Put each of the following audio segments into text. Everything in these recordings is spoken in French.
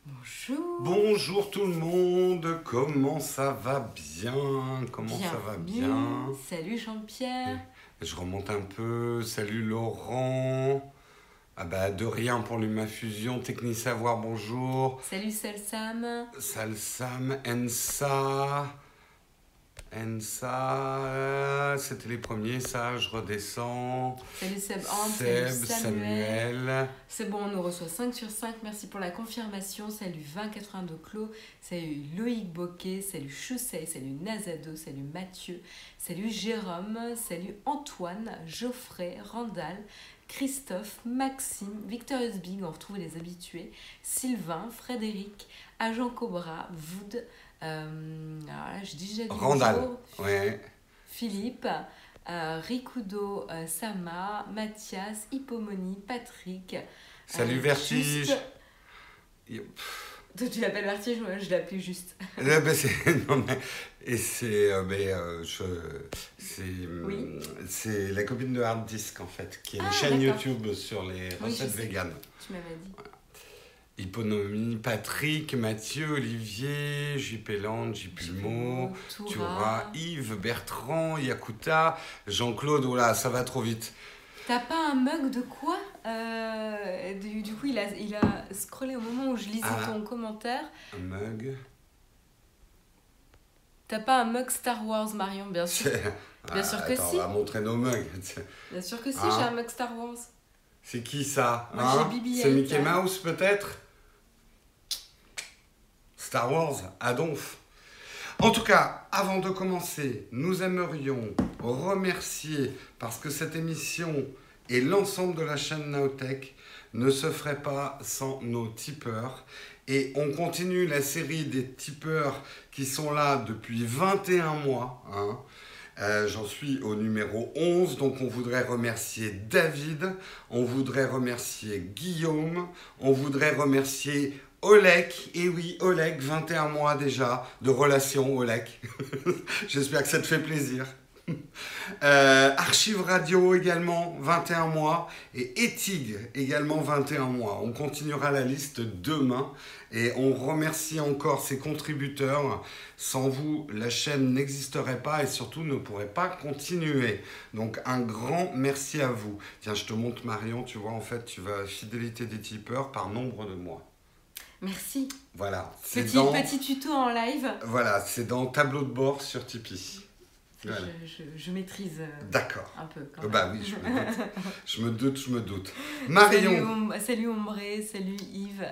Bonjour. Bonjour tout le monde, comment ça va bien? Comment ça va bien? Salut Jean-Pierre. Je remonte un peu, salut Laurent. Ah bah de rien pour l'Humafusion, Techni Savoir, bonjour. Salut Salsam. Salsam, Ensa, c'était les premiers, ça, je redescends. Salut Seb, Seb, salut Samuel. C'est bon, on nous reçoit 5 sur 5, merci pour la confirmation. Salut 2082 Clos, salut Loïc Boquet, salut Choussey, salut Nazado, salut Mathieu, salut Jérôme, salut Antoine, Geoffrey, Randall, Christophe, Maxime, Victor Husbig, on retrouve les habitués, Sylvain, Frédéric, Agent Cobra, Wood, alors là, j'ai déjà dit Randall, bonjour, ouais. Philippe, Rikudo, Sama, Mathias, Hippomoni, Patrick. Salut Vertige. Toi, tu l'appelles Vertige, moi je l'appelle juste. Là, ben, Oui. c'est la copine de Hard Disk en fait, qui a une Ah, chaîne d'accord. YouTube sur les Oui, recettes je sais. véganes. Tu m'avais dit. Hipponomie, Patrick, Mathieu, Olivier, JP Land, JP Mo, Toura, Yves, Bertrand, Yakuta, Jean-Claude, voilà, ça va trop vite. T'as pas un mug de quoi du coup, il a scrollé au moment où je lisais ton commentaire. Un mug. T'as pas un mug Star Wars, Marion, bien sûr. Bien sûr que attends, si. on va montrer nos mugs. Bien sûr que si, Hein? j'ai un mug Star Wars. C'est qui ça? Moi, j'ai BB-8, C'est Mickey hein. Mouse peut-être? Star Wars, Adonf. En tout cas, avant de commencer, nous aimerions remercier, parce que cette émission et l'ensemble de la chaîne Naotech ne se ferait pas sans nos tipeurs. Et on continue la série des tipeurs qui sont là depuis 21 mois. Hein. J'en suis au numéro 11, donc on voudrait remercier David, on voudrait remercier Guillaume, on voudrait remercier Oleg, et oui, Oleg, 21 mois déjà de relation, Oleg. J'espère que ça te fait plaisir. Archive Radio également, 21 mois. Et Etig également, 21 mois. On continuera la liste demain. Et on remercie encore ces contributeurs. Sans vous, la chaîne n'existerait pas et surtout ne pourrait pas continuer. Donc un grand merci à vous. Tiens, je te montre Marion, tu vois, en fait, tu vas fidélité des tipeurs par nombre de mois. Merci. Voilà. Petit tuto en live. Voilà, c'est dans tableau de bord sur Tipeee. Voilà. Je maîtrise D'accord. un peu quand même. Bah oui, je me doute. Marion. Salut Ombré, salut Yves.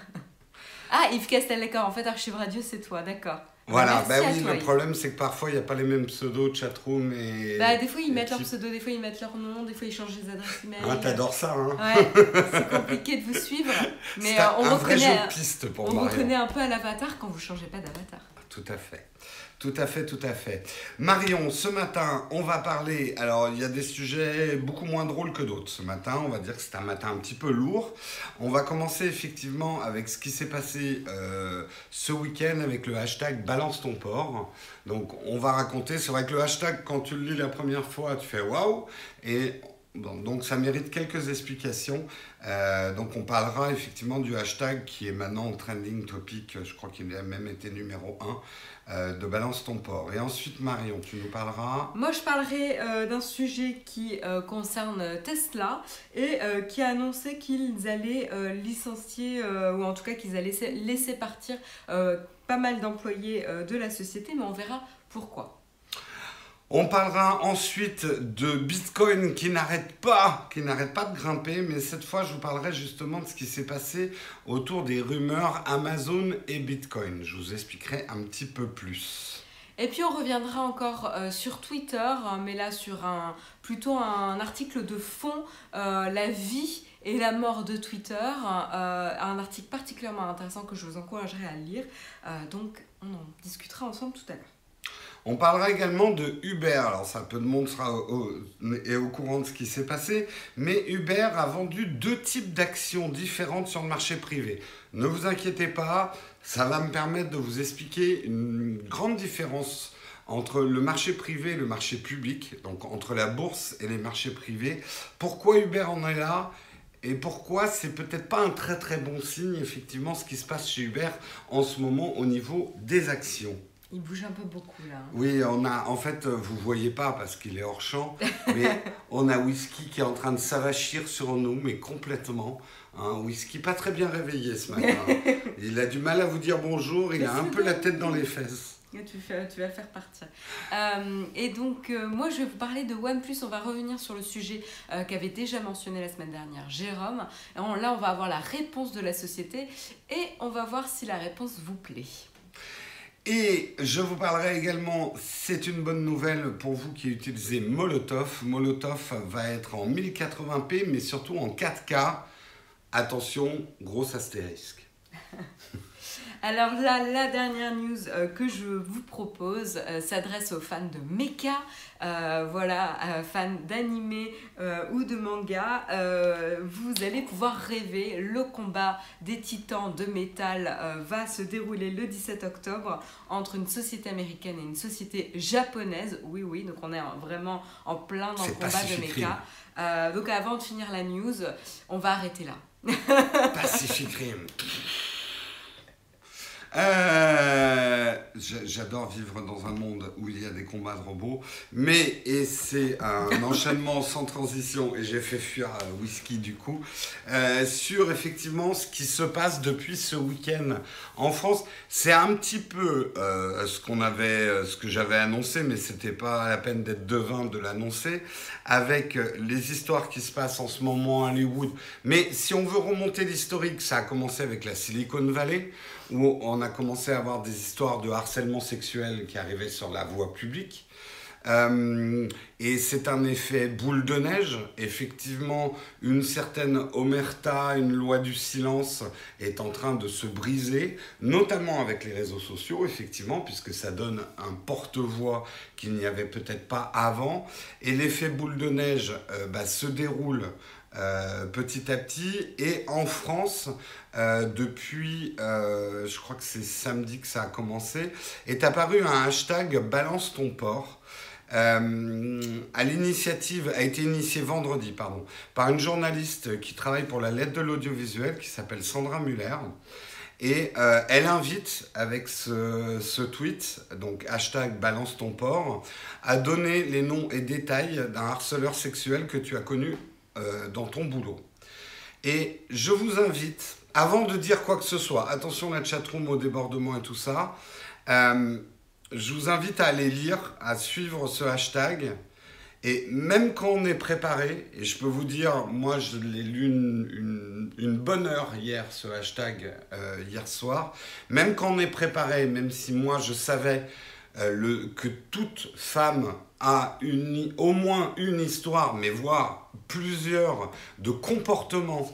Ah, Yves Castel, d'accord. En fait, Archive Radio, c'est toi, d'accord. Voilà, bah oui, toi, le problème c'est que parfois il n'y a pas les mêmes pseudos, chatroom et... Bah des fois ils mettent leur pseudo, des fois ils mettent leur nom, des fois ils changent les adresses email. Ah, t'adores ça, hein? Ouais, c'est compliqué de vous suivre, mais on un vrai jeu de piste pour Marion. On reconnaît un peu à l'avatar quand vous changez pas d'avatar. Tout à fait. Tout à fait. Marion, ce matin, on va parler... Alors, il y a des sujets beaucoup moins drôles que d'autres. Ce matin, on va dire que c'est un matin un petit peu lourd. On va commencer effectivement avec ce qui s'est passé ce week-end avec le hashtag Balance ton porc. Donc, on va raconter... C'est vrai que le hashtag, quand tu le lis la première fois, tu fais « waouh !» Et... Bon, donc ça mérite quelques explications. Donc on parlera effectivement du hashtag qui est maintenant trending topic, je crois qu'il a même été numéro 1, de Balance ton porc. Et ensuite Marion, tu nous parleras... Moi je parlerai d'un sujet qui concerne Tesla et qui a annoncé qu'ils allaient licencier, ou en tout cas qu'ils allaient laisser partir pas mal d'employés de la société, mais on verra pourquoi. On parlera ensuite de Bitcoin qui n'arrête pas de grimper, mais cette fois je vous parlerai justement de ce qui s'est passé autour des rumeurs Amazon et Bitcoin. Je vous expliquerai un petit peu plus. Et puis on reviendra encore sur Twitter, mais là sur plutôt un article de fond, la vie et la mort de Twitter, un article particulièrement intéressant que je vous encouragerai à lire, donc on en discutera ensemble tout à l'heure. On parlera également de Uber. Alors, ça, peu de monde sera au courant de ce qui s'est passé, mais Uber a vendu 2 types d'actions différentes sur le marché privé. Ne vous inquiétez pas, ça va me permettre de vous expliquer une grande différence entre le marché privé et le marché public, donc entre la bourse et les marchés privés. Pourquoi Uber en est là Et pourquoi c'est peut-être pas un très très bon signe, effectivement, ce qui se passe chez Uber en ce moment au niveau des actions. Il bouge un peu beaucoup là. Oui, on a, en fait, vous voyez pas parce qu'il est hors champ, mais on a Whisky qui est en train de s'avachir sur nous, mais complètement. Whisky pas très bien réveillé ce matin. Il a du mal à vous dire bonjour, il a un peu la tête dans les fesses. Tu vas le faire partir. Et donc, moi, je vais vous parler de OnePlus. On va revenir sur le sujet qu'avait déjà mentionné la semaine dernière Jérôme. Là, on va avoir la réponse de la société et on va voir si la réponse vous plaît. Et je vous parlerai également, c'est une bonne nouvelle pour vous qui utilisez Molotov. Molotov va être en 1080p, mais surtout en 4K. Attention, gros astérisque. Alors là, la dernière news que je vous propose s'adresse aux fans de mecha, fans d'anime ou de manga. Vous allez pouvoir rêver, le combat des titans de métal va se dérouler le 17 octobre entre une société américaine et une société japonaise. Oui, donc on est vraiment en plein dans le combat de mecha. Donc avant de finir la news, on va arrêter là. Pacific Rim. J'adore vivre dans un monde où il y a des combats de robots, et c'est un enchaînement sans transition, et j'ai fait fuir Whisky du coup, sur effectivement ce qui se passe depuis ce week-end en France. C'est un petit peu ce que j'avais annoncé, mais c'était pas la peine d'être devin de l'annoncer, avec les histoires qui se passent en ce moment à Hollywood. Mais si on veut remonter l'historique, ça a commencé avec la Silicon Valley, où on a commencé à avoir des histoires de harcèlement sexuel qui arrivaient sur la voie publique. Et c'est un effet boule de neige. Effectivement, une certaine omerta, une loi du silence est en train de se briser, notamment avec les réseaux sociaux, effectivement, puisque ça donne un porte-voix qu'il n'y avait peut-être pas avant. Et l'effet boule de neige se déroule petit à petit, et en France depuis je crois que c'est samedi que ça a commencé, est apparu un hashtag balance ton porc a été initié vendredi par une journaliste qui travaille pour la lettre de l'audiovisuel qui s'appelle Sandra Muller. Et elle invite avec ce tweet, donc hashtag balance ton porc, à donner les noms et détails d'un harceleur sexuel que tu as connu dans ton boulot. Et je vous invite, avant de dire quoi que ce soit, attention la chatroom au débordement et tout ça, je vous invite à aller lire, à suivre ce hashtag. Et même quand on est préparé, et je peux vous dire, moi je l'ai lu une bonne heure hier, ce hashtag, hier soir, même quand on est préparé, même si moi je savais que toute femme a au moins une histoire, mais voire plusieurs, de comportements,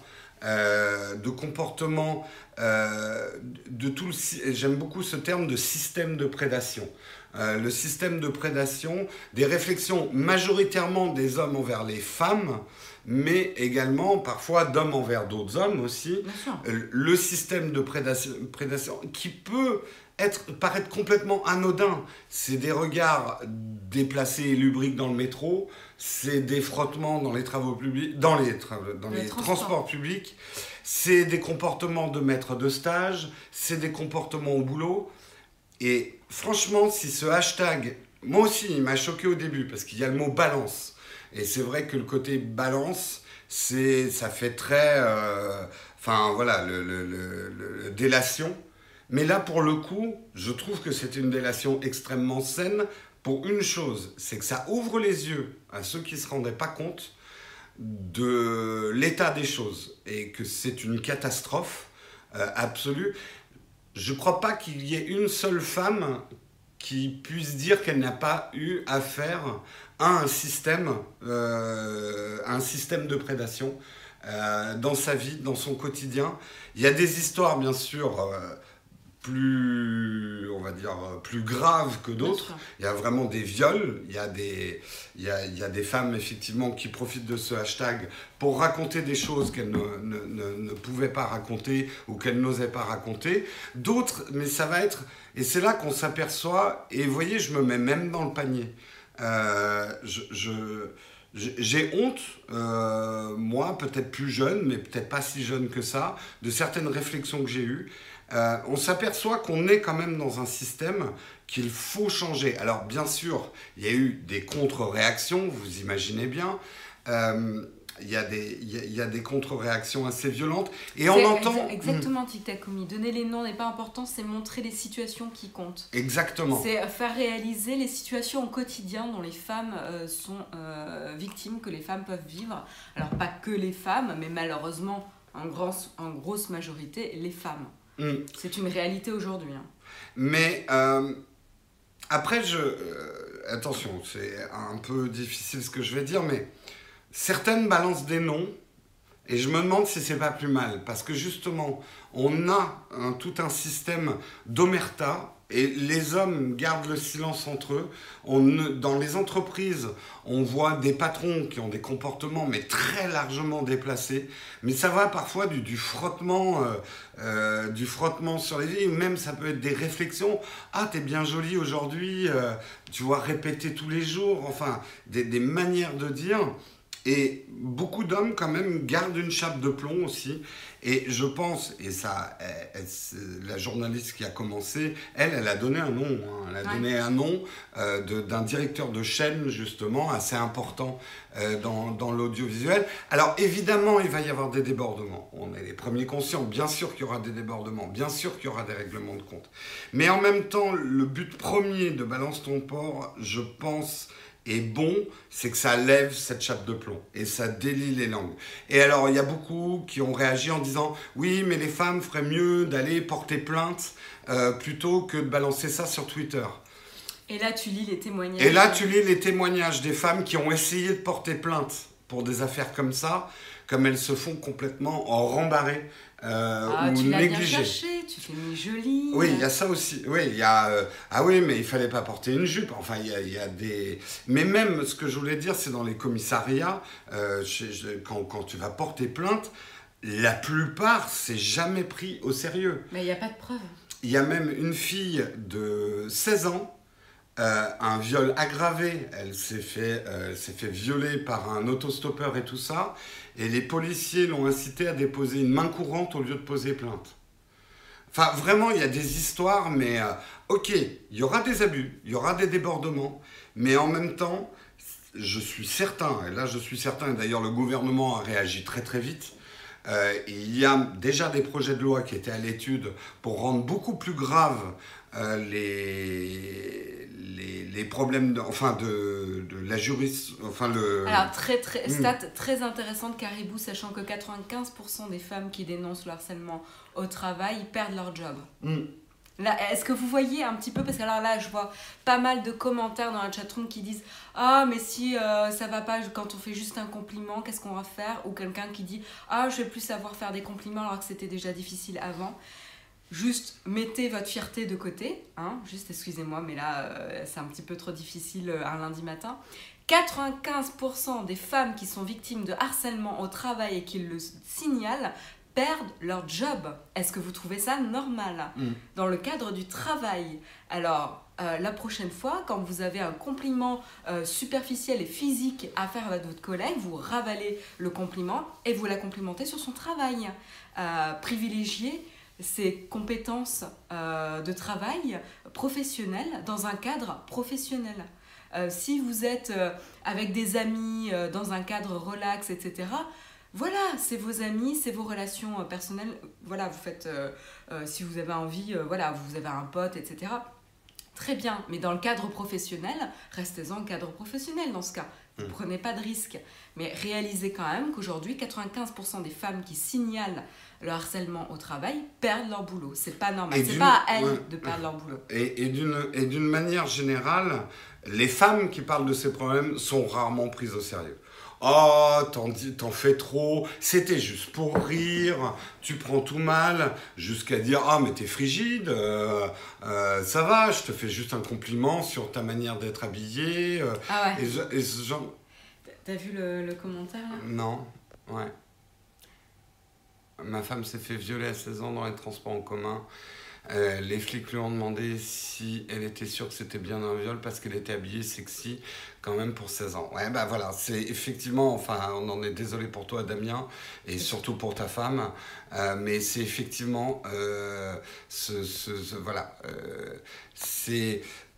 j'aime beaucoup ce terme de système de prédation. Le système de prédation, des réflexions majoritairement des hommes envers les femmes, mais également parfois d'hommes envers d'autres hommes aussi. Le système de prédation qui peut paraître complètement anodin. C'est des regards déplacés et lubriques dans le métro, c'est des frottements dans les travaux publics, dans les transports publics, c'est des comportements de maître de stage, c'est des comportements au boulot. Et franchement, si ce hashtag, moi aussi, il m'a choqué au début parce qu'il y a le mot balance. Et c'est vrai que le côté balance, ça fait très, délation. Mais là, pour le coup, je trouve que c'est une délation extrêmement saine pour une chose, c'est que ça ouvre les yeux à ceux qui ne se rendaient pas compte de l'état des choses et que c'est une catastrophe absolue. Je ne crois pas qu'il y ait une seule femme qui puisse dire qu'elle n'a pas eu affaire à un système de prédation dans sa vie, dans son quotidien. Il y a des histoires, bien sûr, plus graves que d'autres. Il y a vraiment des viols, il y a des femmes effectivement qui profitent de ce hashtag pour raconter des choses qu'elles ne pouvaient pas raconter ou qu'elles n'osaient pas raconter. D'autres, mais ça va être... Et c'est là qu'on s'aperçoit, et vous voyez, je me mets même dans le panier. J'ai honte, moi, peut-être plus jeune, mais peut-être pas si jeune que ça, de certaines réflexions que j'ai eues. On s'aperçoit qu'on est quand même dans un système qu'il faut changer. Alors, bien sûr, il y a eu des contre-réactions, vous imaginez bien. Il y a des contre-réactions assez violentes. Et on entend... Exactement, Tic Takumi. Donner les noms n'est pas important, c'est montrer les situations qui comptent. Exactement. C'est faire réaliser les situations au quotidien dont les femmes sont victimes, que les femmes peuvent vivre. Alors, pas que les femmes, mais malheureusement, en grosse majorité, les femmes. C'est une réalité aujourd'hui. Hein. Mais après, attention, c'est un peu difficile ce que je vais dire, mais certaines balancent des noms, et je me demande si c'est pas plus mal, parce que justement, on a tout un système d'omerta, et les hommes gardent le silence entre eux. Dans les entreprises, on voit des patrons qui ont des comportements, mais très largement déplacés, mais ça va parfois du frottement sur les vies, ou même ça peut être des réflexions. Ah, t'es bien jolie aujourd'hui, tu vois, répéter tous les jours, enfin, des manières de dire. Et beaucoup d'hommes, quand même, gardent une chape de plomb aussi. Et je pense, et ça, la journaliste qui a commencé, elle a donné un nom. Hein. Elle a donné un nom d'un directeur de chaîne, justement, assez important dans l'audiovisuel. Alors, évidemment, il va y avoir des débordements. On est les premiers conscients. Bien sûr qu'il y aura des débordements. Bien sûr qu'il y aura des règlements de compte. Mais en même temps, le but premier de Balance ton porc, je pense... est bon, c'est que ça lève cette chape de plomb et ça délie les langues. Et alors, il y a beaucoup qui ont réagi en disant « Oui, mais les femmes feraient mieux d'aller porter plainte plutôt que de balancer ça sur Twitter. » Et là, tu lis les témoignages. Et là, tu lis les témoignages des femmes qui ont essayé de porter plainte pour des affaires comme ça, comme elles se font complètement en rembarrer ou tu l'as négligées. Bien cherché, tu t'es mis jolie. Oui, il y a ça aussi. Oui, il y a... ah oui, mais il fallait pas porter une jupe. Enfin, il y a des... Mais même, ce que je voulais dire, c'est dans les commissariats, quand tu vas porter plainte, la plupart, c'est jamais pris au sérieux. Mais il n'y a pas de preuves. Il y a même une fille de 16 ans, un viol aggravé. Elle s'est fait violer par un autostoppeur et tout ça. Et les policiers l'ont incité à déposer une main courante au lieu de poser plainte. Enfin, vraiment, il y a des histoires, mais ok, il y aura des abus, il y aura des débordements, mais en même temps, je suis certain, et là je suis certain, et d'ailleurs le gouvernement a réagi très très vite, il y a déjà des projets de loi qui étaient à l'étude pour rendre beaucoup plus graves les problèmes de la Alors, stat très intéressante, Caribou, sachant que 95% des femmes qui dénoncent le harcèlement au travail perdent leur job. Là, est-ce que vous voyez un petit peu, parce que alors là, je vois pas mal de commentaires dans la chatroom qui disent « Ah, mais si ça va pas quand on fait juste un compliment, qu'est-ce qu'on va faire ?» Ou quelqu'un qui dit « Ah, je vais plus savoir faire des compliments alors que c'était déjà difficile avant. » Juste mettez votre fierté de côté, hein, juste excusez-moi, mais là c'est un petit peu trop difficile un lundi matin. 95% des femmes qui sont victimes de harcèlement au travail et qui le signalent perdent leur job. Est-ce que vous trouvez ça normal dans le cadre du travail? Alors, la prochaine fois, quand vous avez un compliment superficiel et physique à faire avec votre collègue, vous ravalez le compliment et vous la complimentez sur son travail. Privilégiez ses compétences de travail professionnelles dans un cadre professionnel. Si vous êtes avec des amis dans un cadre relax, etc., voilà, c'est vos amis, c'est vos relations personnelles. Voilà, vous faites, si vous avez envie, voilà, vous avez un pote, etc. Très bien, mais dans le cadre professionnel, restez-en au cadre professionnel dans ce cas. Vous ne prenez pas de risque. Mais réalisez quand même qu'aujourd'hui, 95% des femmes qui signalent le harcèlement au travail perdent leur boulot. C'est pas normal. C'est pas à elles de perdre leur boulot. Et d'une manière générale, les femmes qui parlent de ces problèmes sont rarement prises au sérieux. Oh, t'en fais trop, c'était juste pour rire, tu prends tout mal, jusqu'à dire « Ah, mais t'es frigide, ça va, je te fais juste un compliment sur ta manière d'être habillée. » Ah ouais. Et ce genre... T'as vu le commentaire là ? Non, ouais. Ma femme s'est fait violer à 16 ans dans les transports en commun. Les flics lui ont demandé si elle était sûre que c'était bien un viol parce qu'elle était habillée sexy quand même pour 16 ans. Ouais, bah voilà, c'est effectivement, enfin, on en est désolé pour toi, Damien, et surtout pour ta femme, mais c'est effectivement, voilà, c'est...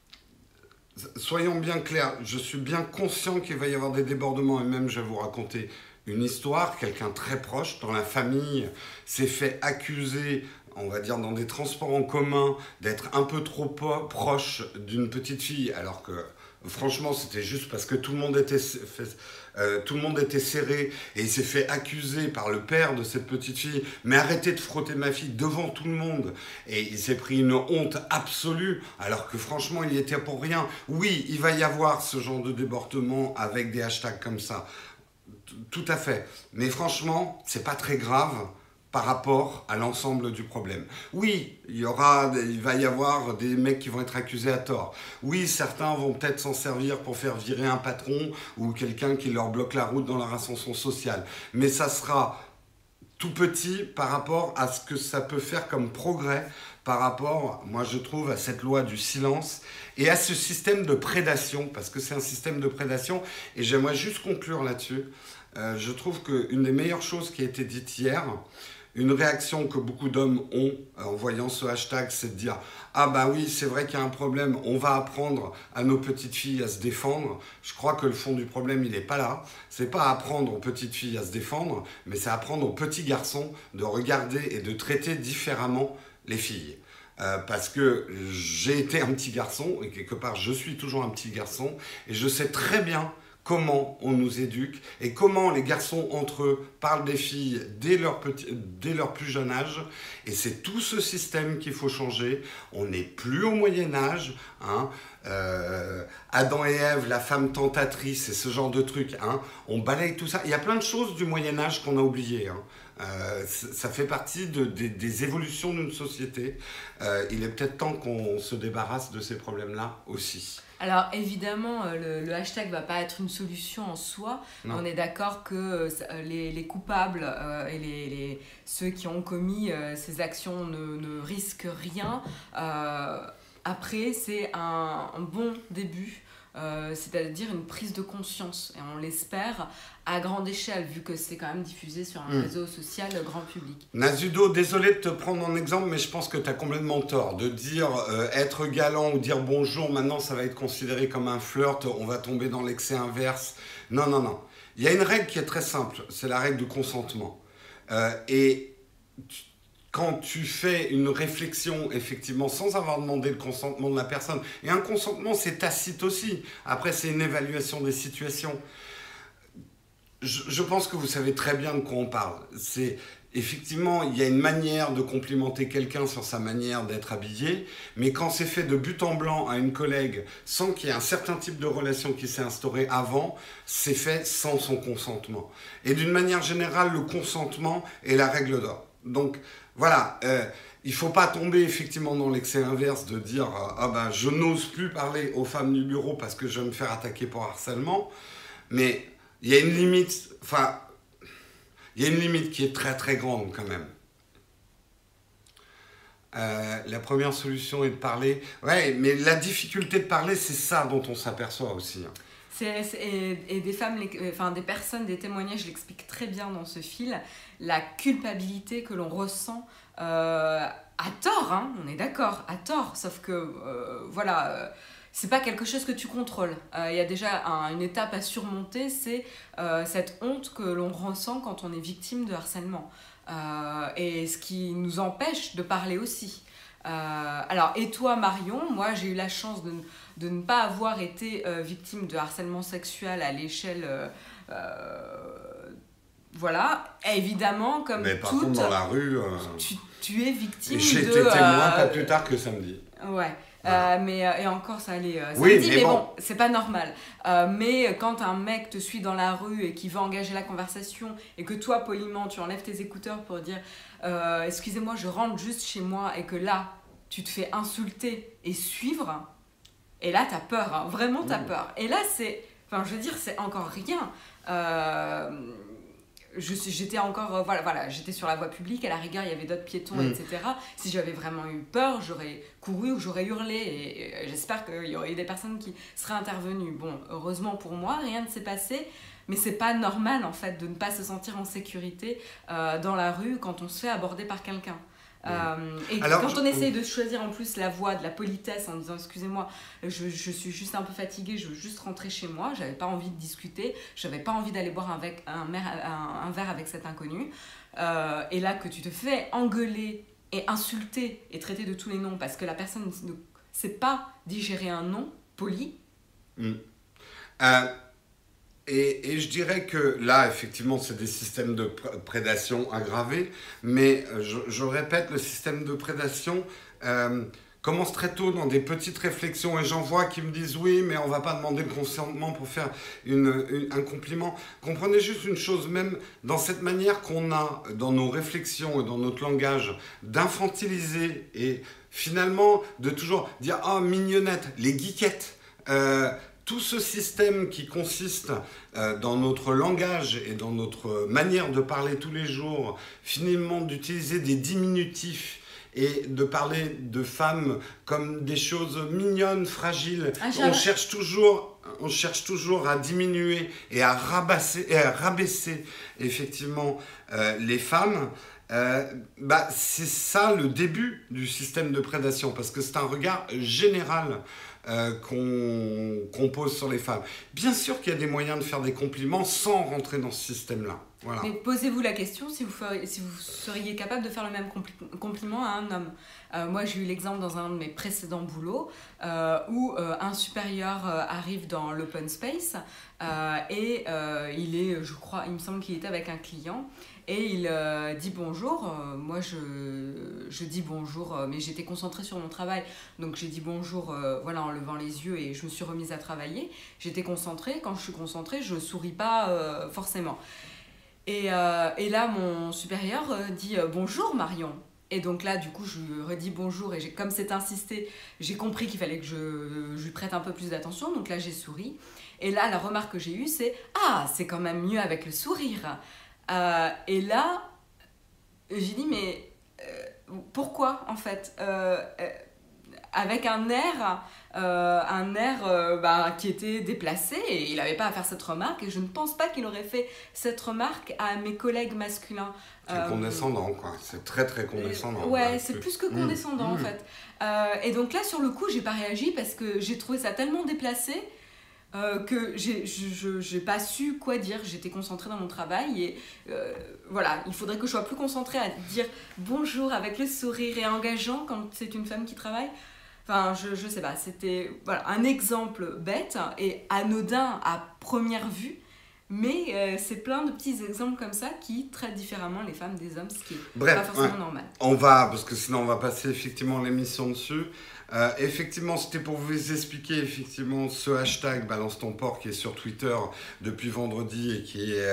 Soyons bien clairs, je suis bien conscient qu'il va y avoir des débordements et même je vais vous raconter une histoire. Quelqu'un très proche dans la famille s'est fait accuser, on va dire dans des transports en commun, d'être un peu trop proche d'une petite fille alors que franchement c'était juste parce que tout le monde était serré et il s'est fait accuser par le père de cette petite fille. Mais arrêtez de frotter ma fille devant tout le monde. Et il s'est pris une honte absolue alors que franchement il y était pour rien. Oui, il va y avoir ce genre de débordement avec des hashtags comme ça. Tout à fait. Mais franchement, c'est pas très grave par rapport à l'ensemble du problème. Oui, il va y avoir des mecs qui vont être accusés à tort. Oui, certains vont peut-être s'en servir pour faire virer un patron ou quelqu'un qui leur bloque la route dans leur ascension sociale. Mais ça sera tout petit par rapport à ce que ça peut faire comme progrès par rapport, moi je trouve, à cette loi du silence et à ce système de prédation, parce que c'est un système de prédation, et j'aimerais juste conclure là-dessus. Je trouve qu'une des meilleures choses qui a été dite hier, une réaction que beaucoup d'hommes ont en voyant ce hashtag, c'est de dire « Ah bah oui, c'est vrai qu'il y a un problème, on va apprendre à nos petites filles à se défendre ». Je crois que le fond du problème, il n'est pas là. C'est pas apprendre aux petites filles à se défendre, mais c'est apprendre aux petits garçons de regarder et de traiter différemment les filles. Parce que j'ai été un petit garçon, et quelque part je suis toujours un petit garçon, et je sais très bien comment on nous éduque et comment les garçons entre eux parlent des filles dès leur plus jeune âge. Et c'est tout ce système qu'il faut changer. On n'est plus au Moyen-Âge. Hein. Adam et Ève, la femme tentatrice et ce genre de trucs. Hein. On balaye tout ça. Il y a plein de choses du Moyen-Âge qu'on a oubliées. Hein. Ça fait partie des évolutions d'une société. Il est peut-être temps qu'on se débarrasse de ces problèmes-là aussi. Alors évidemment, le hashtag ne va pas être une solution en soi. Non. On est d'accord que les coupables et ceux qui ont commis ces actions ne risquent rien. Après, c'est un bon début. C'est-à-dire une prise de conscience, et on l'espère à grande échelle, vu que c'est quand même diffusé sur un réseau social grand public. Nazudo, désolé de te prendre en exemple, mais je pense que tu as complètement tort. De dire être galant ou dire bonjour, maintenant ça va être considéré comme un flirt, on va tomber dans l'excès inverse. Non, non, non. Il y a une règle qui est très simple, c'est la règle du consentement. Quand tu fais une réflexion, effectivement, sans avoir demandé le consentement de la personne, et un consentement, c'est tacite aussi. Après, c'est une évaluation des situations. Je pense que vous savez très bien de quoi on parle. Effectivement, il y a une manière de complimenter quelqu'un sur sa manière d'être habillé, mais quand c'est fait de but en blanc à une collègue, sans qu'il y ait un certain type de relation qui s'est instauré avant, c'est fait sans son consentement. Et d'une manière générale, le consentement est la règle d'or. Donc, voilà, il ne faut pas tomber effectivement dans l'excès inverse de dire « Ah ben, je n'ose plus parler aux femmes du bureau parce que je vais me faire attaquer pour harcèlement », mais il y a une limite, enfin, il y a une limite qui est très très grande quand même. La première solution est de parler. Ouais, mais la difficulté de parler, c'est ça dont on s'aperçoit aussi. Et des femmes, des personnes, des témoignages, je l'explique très bien dans ce fil, la culpabilité que l'on ressent à tort, hein, on est d'accord, à tort, sauf que c'est pas quelque chose que tu contrôles. Il y a déjà une étape à surmonter, c'est cette honte que l'on ressent quand on est victime de harcèlement. Et ce qui nous empêche de parler aussi. Alors, et toi Marion, moi j'ai eu la chance de ne pas avoir été victime de harcèlement sexuel à l'échelle... voilà, évidemment, comme mais par contre, dans la rue... tu es victime j'ai été témoin pas plus tard que samedi. Ouais. Voilà. Et encore ça allait samedi, mais bon, c'est pas normal. Mais quand un mec te suit dans la rue et qui veut engager la conversation et que toi, poliment, tu enlèves tes écouteurs pour dire excusez-moi, je rentre juste chez moi, et que là, tu te fais insulter et suivre, et là, t'as peur, hein, vraiment t'as peur. Et là, c'est encore rien. j'étais encore, voilà, j'étais sur la voie publique, à la rigueur, il y avait d'autres piétons, etc. Si j'avais vraiment eu peur, j'aurais couru ou j'aurais hurlé, et j'espère qu'il y aurait eu des personnes qui seraient intervenues. Bon, heureusement pour moi, rien ne s'est passé, mais c'est pas normal, en fait, de ne pas se sentir en sécurité dans la rue quand on se fait aborder par quelqu'un. Et alors, quand on essaye de choisir en plus la voie de la politesse en disant excusez-moi, je suis juste un peu fatiguée, je veux juste rentrer chez moi, j'avais pas envie de discuter, j'avais pas envie d'aller boire un verre avec cet inconnu, et là que tu te fais engueuler et insulter et traiter de tous les noms parce que la personne ne sait pas digérer un nom poli. Et je dirais que là, effectivement, c'est des systèmes de prédation aggravés, mais je répète, le système de prédation commence très tôt dans des petites réflexions, et j'en vois qui me disent oui, mais on ne va pas demander le consentement pour faire un compliment. Comprenez juste une chose, même dans cette manière qu'on a dans nos réflexions et dans notre langage d'infantiliser et finalement de toujours dire « oh, mignonnette », les geekettes, tout ce système qui consiste dans notre langage et dans notre manière de parler tous les jours, finalement d'utiliser des diminutifs et de parler de femmes comme des choses mignonnes, fragiles, on cherche toujours à diminuer et à rabaisser effectivement les femmes. C'est ça le début du système de prédation, parce que c'est un regard général qu'on pose sur les femmes. Bien sûr qu'il y a des moyens de faire des compliments sans rentrer dans ce système-là. Voilà. Mais posez-vous la question si vous seriez capable de faire le même compliment à un homme. Moi, j'ai eu l'exemple dans un de mes précédents boulots où un supérieur arrive dans l'open space et il me semble qu'il était avec un client. Et il dit bonjour, moi je dis bonjour, mais j'étais concentrée sur mon travail, donc j'ai dit bonjour en levant les yeux et je me suis remise à travailler. J'étais concentrée, quand je suis concentrée, je souris pas forcément. Et là, mon supérieur dit bonjour Marion. Et donc là, du coup, je lui redis bonjour et comme c'est insisté, j'ai compris qu'il fallait que je lui prête un peu plus d'attention, donc là j'ai souri. Et là, la remarque que j'ai eue, c'est « Ah, c'est quand même mieux avec le sourire !» Et là, j'ai dit, mais pourquoi en fait avec un air qui était déplacé, et il n'avait pas à faire cette remarque, et je ne pense pas qu'il aurait fait cette remarque à mes collègues masculins. C'est condescendant, quoi. C'est très très condescendant. Ouais, c'est plus que condescendant en fait. Et donc là, sur le coup, j'ai pas réagi parce que j'ai trouvé ça tellement déplacé que j'ai pas su quoi dire. J'étais concentrée dans mon travail et il faudrait que je sois plus concentrée à dire bonjour avec le sourire et engageant quand c'est une femme qui travaille. Enfin, je sais pas, c'était un exemple bête et anodin à première vue, mais c'est plein de petits exemples comme ça qui traitent différemment les femmes des hommes, ce qui est pas forcément normal. Parce que sinon on va passer effectivement l'émission dessus. Effectivement, c'était pour vous expliquer effectivement ce hashtag Balance ton porc qui est sur Twitter depuis vendredi et qui est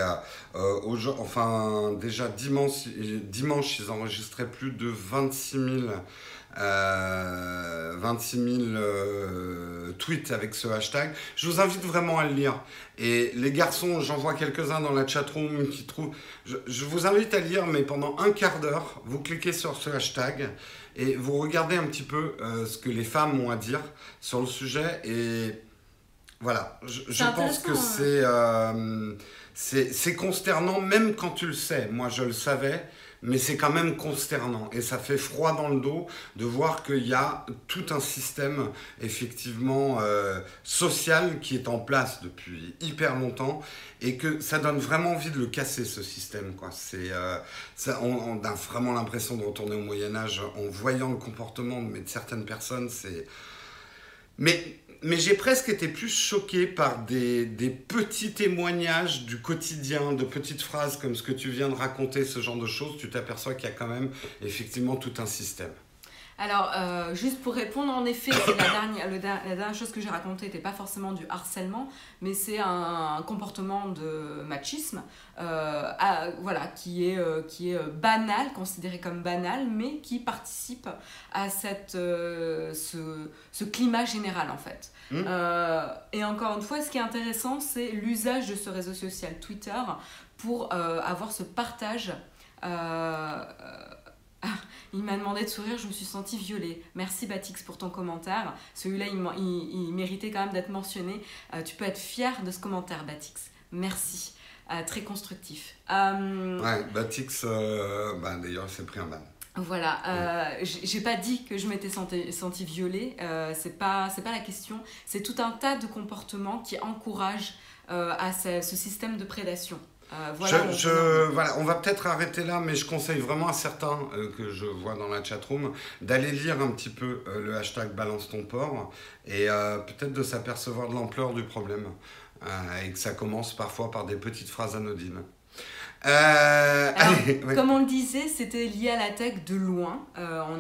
déjà dimanche ils enregistraient plus de 26 000 tweets avec ce hashtag. Je vous invite vraiment à le lire. Et les garçons, j'en vois quelques-uns dans la chatroom qui trouvent... Je vous invite à lire, mais pendant un quart d'heure, vous cliquez sur ce hashtag et vous regardez un petit peu ce que les femmes ont à dire sur le sujet. Et voilà, je pense que c'est consternant, même quand tu le sais. Moi, je le savais. Mais c'est quand même consternant et ça fait froid dans le dos de voir qu'il y a tout un système effectivement social qui est en place depuis hyper longtemps et que ça donne vraiment envie de le casser, ce système, quoi. On a vraiment l'impression de retourner au Moyen-Âge en voyant le comportement de certaines personnes. Mais j'ai presque été plus choqué par des petits témoignages du quotidien, de petites phrases comme ce que tu viens de raconter, ce genre de choses. Tu t'aperçois qu'il y a quand même effectivement tout un système. Alors, juste pour répondre, en effet, la dernière chose que j'ai racontée n'était pas forcément du harcèlement, mais c'est un comportement de machisme qui est banal, considéré comme banal, mais qui participe à ce climat général, en fait. Et encore une fois, ce qui est intéressant, c'est l'usage de ce réseau social Twitter pour avoir ce partage. Il m'a demandé de sourire, je me suis sentie violée. Merci Batix pour ton commentaire. Celui-là, il méritait quand même d'être mentionné. Tu peux être fier de ce commentaire, Batix. Merci. Très constructif. Ouais, Batix, d'ailleurs, il s'est pris un ban. Voilà, j'ai pas dit que je m'étais sentie violée, c'est pas la question. C'est tout un tas de comportements qui encouragent à ce système de prédation. Voilà, on va peut-être arrêter là, mais je conseille vraiment à certains que je vois dans la chatroom d'aller lire un petit peu le hashtag Balance ton porc et peut-être de s'apercevoir de l'ampleur du problème et que ça commence parfois par des petites phrases anodines. Alors, ouais. Comme on le disait, c'était lié à la tech de loin. On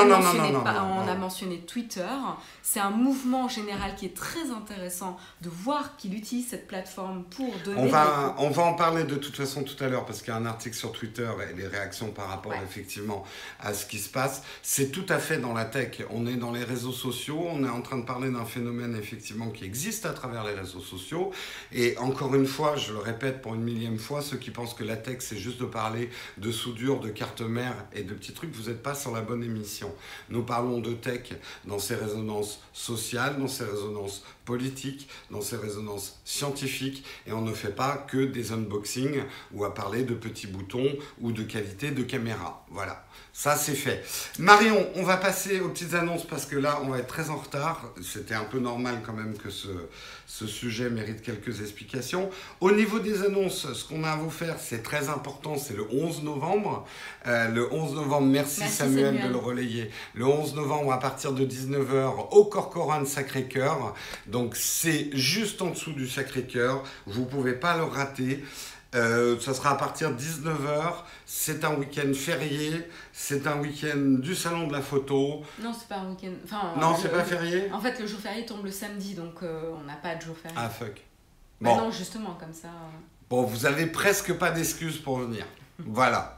a mentionné Twitter. C'est un mouvement général qui est très intéressant de voir qu'il utilise cette plateforme pour donner... On va en parler de toute façon tout à l'heure parce qu'il y a un article sur Twitter et les réactions par rapport effectivement à ce qui se passe. C'est tout à fait dans la tech. On est dans les réseaux sociaux. On est en train de parler d'un phénomène effectivement qui existe à travers les réseaux sociaux. Et encore une fois, je le répète pour une millième fois, ceux qui pensent que la tech c'est juste de parler de soudure, de carte mère et de petits trucs, vous n'êtes pas sur la bonne émission. Nous parlons de tech dans ses résonances sociales, dans ses résonances politiques, dans ses résonances scientifiques et on ne fait pas que des unboxings ou à parler de petits boutons ou de qualité de caméra. Voilà, ça c'est fait. Marion, on va passer aux petites annonces parce que là on va être très en retard. C'était un peu normal quand même que ce sujet mérite quelques explications. Au niveau des annonces, ce qu'on a à vous faire, c'est très important, c'est le 11 novembre. Le 11 novembre, merci Samuel de le relayer. Le 11 novembre à partir de 19h au Corcoran de Sacré-Cœur. Donc c'est juste en dessous du Sacré-Cœur, vous ne pouvez pas le rater. Ça sera à partir de 19h, c'est un week-end férié, c'est un week-end du salon de la photo. Non, c'est pas un week-end... non, c'est pas férié. En fait, le jour férié tombe le samedi, donc on n'a pas de jour férié. Ah fuck. Bon. Non, justement, comme ça... Bon, vous avez presque pas d'excuses pour venir. Voilà.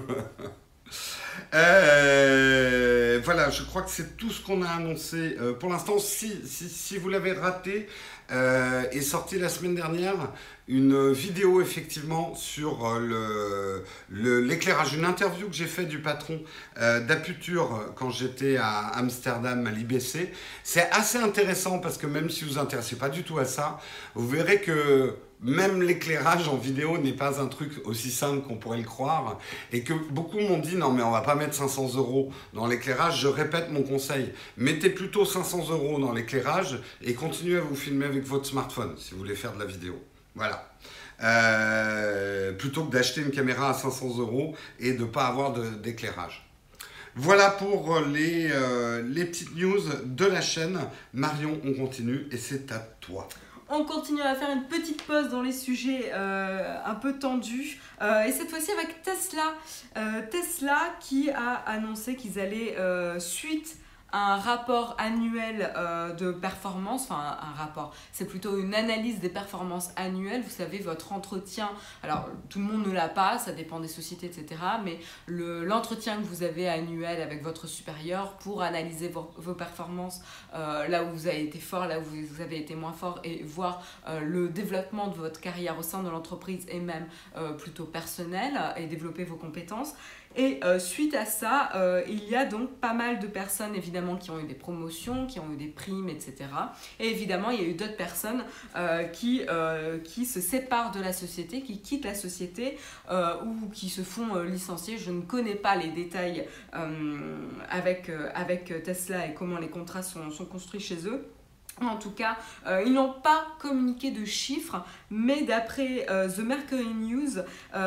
Voilà, je crois que c'est tout ce qu'on a annoncé pour l'instant. Si vous l'avez raté, est sortie la semaine dernière une vidéo effectivement sur l'éclairage, une interview que j'ai fait du patron d'Aputure quand j'étais à Amsterdam à l'IBC. C'est assez intéressant parce que même si vous vous intéressez pas du tout à ça, vous verrez que même l'éclairage en vidéo n'est pas un truc aussi simple qu'on pourrait le croire et que beaucoup m'ont dit non mais on va pas mettre 500 € dans l'éclairage. Je répète mon conseil, mettez plutôt 500 € dans l'éclairage et continuez à vous filmer avec votre smartphone si vous voulez faire de la vidéo. Voilà. Plutôt que d'acheter une caméra à 500 € et de ne pas avoir d'éclairage. Voilà pour les petites news de la chaîne. Marion, on continue et c'est à toi. On continue à faire une petite pause dans les sujets un peu tendus. Et cette fois-ci avec Tesla. Tesla qui a annoncé qu'ils allaient, suite un rapport annuel de performance, enfin un rapport, c'est plutôt une analyse des performances annuelles, vous savez, votre entretien, alors tout le monde ne l'a pas, ça dépend des sociétés, etc., mais l'entretien que vous avez annuel avec votre supérieur pour analyser vos performances, là où vous avez été fort, là où vous avez été moins fort, et voir le développement de votre carrière au sein de l'entreprise et même plutôt personnel, et développer vos compétences. Et suite à ça, il y a donc pas mal de personnes évidemment qui ont eu des promotions, qui ont eu des primes, etc. Et évidemment, il y a eu d'autres personnes qui se séparent de la société, qui quittent la société ou qui se font licencier. Je ne connais pas les détails avec Tesla et comment les contrats sont construits chez eux. En tout cas, ils n'ont pas communiqué de chiffres, mais d'après The Mercury News,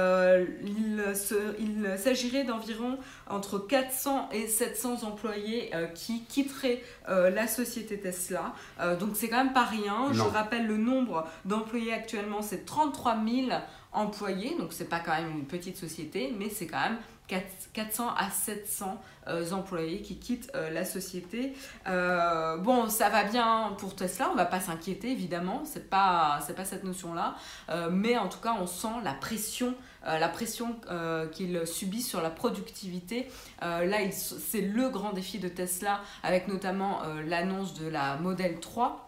il s'agirait d'environ entre 400 et 700 employés qui quitteraient la société Tesla. Donc c'est quand même pas rien. Non. Je rappelle le nombre d'employés actuellement, c'est 33 000 employés, donc c'est pas quand même une petite société, mais c'est quand même 400 à 700 employés qui quittent la société. Bon, ça va bien pour Tesla, on ne va pas s'inquiéter évidemment, c'est pas cette notion-là, mais en tout cas on sent la pression qu'il subit sur la productivité. Là, c'est le grand défi de Tesla, avec notamment l'annonce de la Model 3.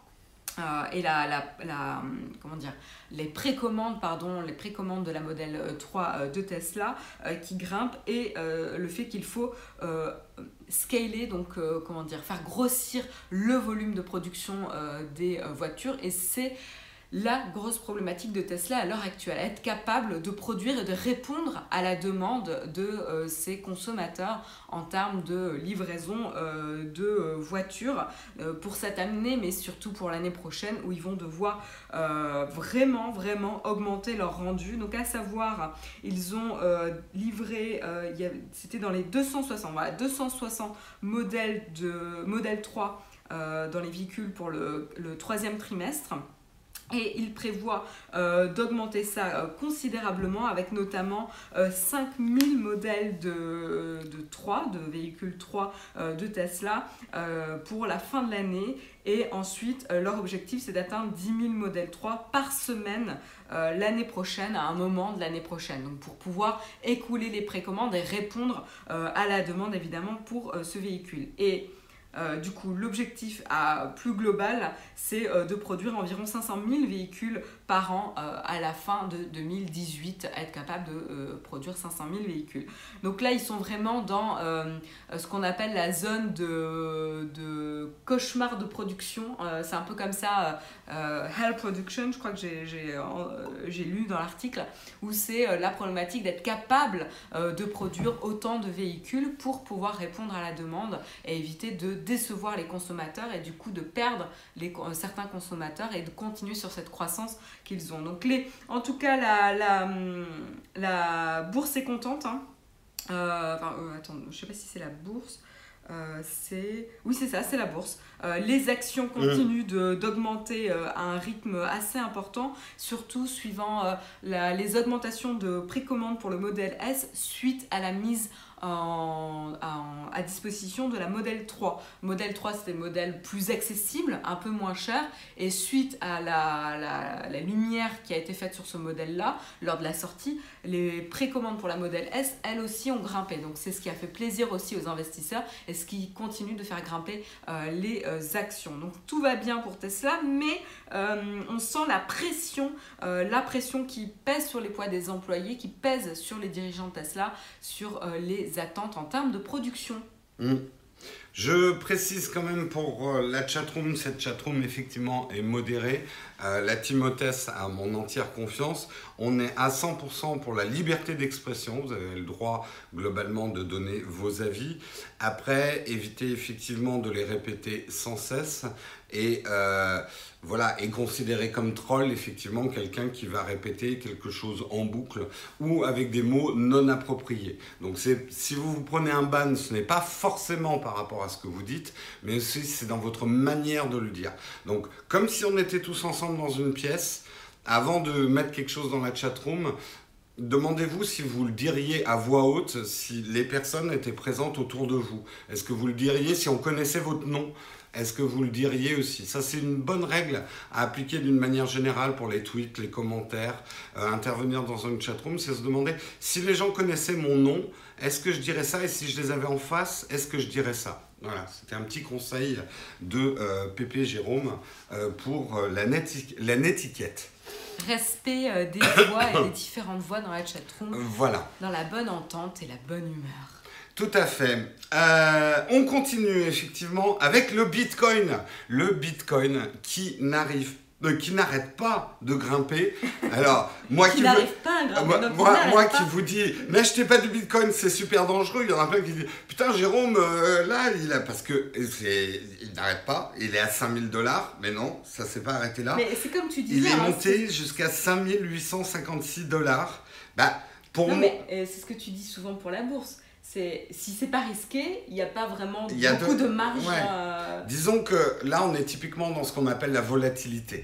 et comment dire, les précommandes de la modèle 3 de Tesla qui grimpent, et le fait qu'il faut scaler, donc comment dire, faire grossir le volume de production des voitures, et c'est la grosse problématique de Tesla à l'heure actuelle, être capable de produire et de répondre à la demande de ses consommateurs en termes de livraison de voitures pour cette année, mais surtout pour l'année prochaine, où ils vont devoir vraiment augmenter leur rendu. Donc à savoir, ils ont livré, c'était dans les 260 modèles de modèle 3 dans les véhicules pour le troisième trimestre. Et il prévoit d'augmenter ça considérablement, avec notamment 5000 modèles de véhicules 3 de Tesla pour la fin de l'année. Et ensuite, leur objectif, c'est d'atteindre 10 000 modèles 3 par semaine l'année prochaine, à un moment de l'année prochaine. Donc pour pouvoir écouler les précommandes et répondre à la demande, évidemment, pour ce véhicule. Et du coup, l'objectif plus global, c'est de produire environ 500 000 véhicules par an à la fin de 2018, être capable de produire 500 000 véhicules. Donc là, ils sont vraiment dans ce qu'on appelle la zone de cauchemar de production. C'est un peu comme ça, Hell Production, je crois que j'ai lu dans l'article, où c'est la problématique d'être capable de produire autant de véhicules pour pouvoir répondre à la demande et éviter de décevoir les consommateurs, et du coup de perdre certains consommateurs et de continuer sur cette croissance qu'ils ont. Donc en tout cas, la bourse est contente. Hein. Attends, je ne sais pas si c'est la bourse. Oui, c'est ça, c'est la bourse. Les actions continuent d'augmenter à un rythme assez important, surtout suivant les augmentations de précommande pour le modèle S suite à la mise à disposition de la modèle 3. Modèle 3, c'était le modèle plus accessible, un peu moins cher, et suite à la lumière qui a été faite sur ce modèle-là, lors de la sortie, les précommandes pour la modèle S, elles aussi, ont grimpé. Donc c'est ce qui a fait plaisir aussi aux investisseurs et ce qui continue de faire grimper les actions. Donc tout va bien pour Tesla, mais on sent la pression qui pèse sur les poids des employés, qui pèse sur les dirigeants de Tesla, sur les attentes en termes de production. Je précise quand même pour la chatroom, cette chatroom effectivement est modérée. La team hôtesse a mon entière confiance. On est à 100% pour la liberté d'expression. Vous avez le droit globalement de donner vos avis. Après, évitez effectivement de les répéter sans cesse. Et voilà, et considérer comme troll effectivement quelqu'un qui va répéter quelque chose en boucle ou avec des mots non appropriés. Donc si vous prenez un ban, ce n'est pas forcément par rapport à ce que vous dites, mais aussi c'est dans votre manière de le dire. Donc comme si on était tous ensemble dans une pièce, avant de mettre quelque chose dans la chatroom, demandez-vous si vous le diriez à voix haute, si les personnes étaient présentes autour de vous. Est-ce que vous le diriez si on connaissait votre nom ? Est-ce que vous le diriez aussi ? Ça, c'est une bonne règle à appliquer d'une manière générale pour les tweets, les commentaires, intervenir dans une chatroom, c'est se demander si les gens connaissaient mon nom, est-ce que je dirais ça ? Et si je les avais en face, est-ce que je dirais ça ? Voilà, c'était un petit conseil de Pépé Jérôme pour la netiquette. Respect des voix et des différentes voix dans la chatroom. Voilà. Dans la bonne entente et la bonne humeur. Tout à fait. On continue effectivement avec le Bitcoin. Le Bitcoin qui n'arrête pas de grimper. Alors, moi qui vous dis, n'achetez pas du Bitcoin, c'est super dangereux. Il y en a plein qui disent, putain Jérôme, parce que il n'arrête pas, il est à 5 000 $, mais non, ça s'est pas arrêté là. Mais c'est comme tu disais. Il est monté jusqu'à 5 856 $. Mais c'est ce que tu dis souvent pour la bourse. Si c'est pas risqué, il n'y a pas vraiment beaucoup de marge. Ouais. Disons que là, on est typiquement dans ce qu'on appelle la volatilité.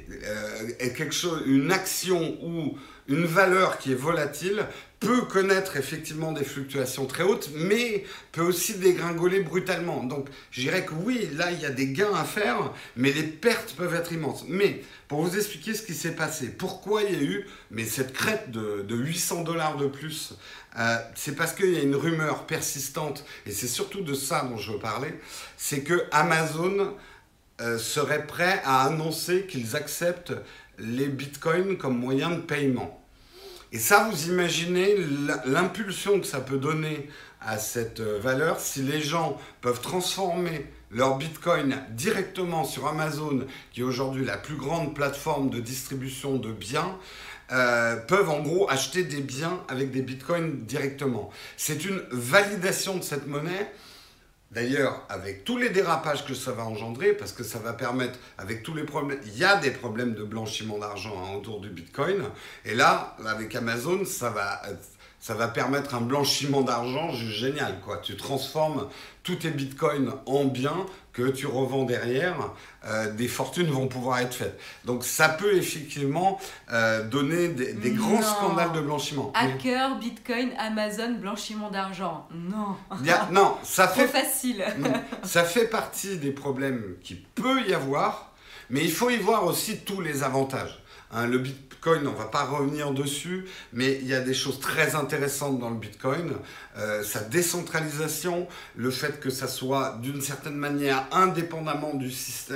Une action ou une valeur qui est volatile peut connaître effectivement des fluctuations très hautes, mais peut aussi dégringoler brutalement. Donc, je dirais que oui, là, il y a des gains à faire, mais les pertes peuvent être immenses. Mais, pour vous expliquer ce qui s'est passé, pourquoi il y a eu cette crête de 800 $ de plus, c'est parce qu'il y a une rumeur persistante, et c'est surtout de ça dont je veux parler, c'est que Amazon seraient prêts à annoncer qu'ils acceptent les bitcoins comme moyen de paiement. Et ça, vous imaginez l'impulsion que ça peut donner à cette valeur si les gens peuvent transformer leur bitcoin directement sur Amazon, qui est aujourd'hui la plus grande plateforme de distribution de biens, peuvent en gros acheter des biens avec des bitcoins directement. C'est une validation de cette monnaie. D'ailleurs, avec tous les dérapages que ça va engendrer, parce que ça va permettre, avec tous les problèmes, il y a des problèmes de blanchiment d'argent autour du Bitcoin, et là, avec Amazon, ça va permettre un blanchiment d'argent juste génial, quoi. Tu transformes tous tes Bitcoins en biens que tu revends derrière, des fortunes vont pouvoir être faites. Donc ça peut effectivement donner des grands scandales de blanchiment. Hacker, Bitcoin, Amazon, blanchiment d'argent. Non. Non, ça Trop facile. Ça fait partie des problèmes qu'il peut y avoir, mais il faut y voir aussi tous les avantages. Le Bitcoin, on ne va pas revenir dessus, mais il y a des choses très intéressantes dans le Bitcoin. Sa décentralisation, le fait que ça soit d'une certaine manière indépendamment du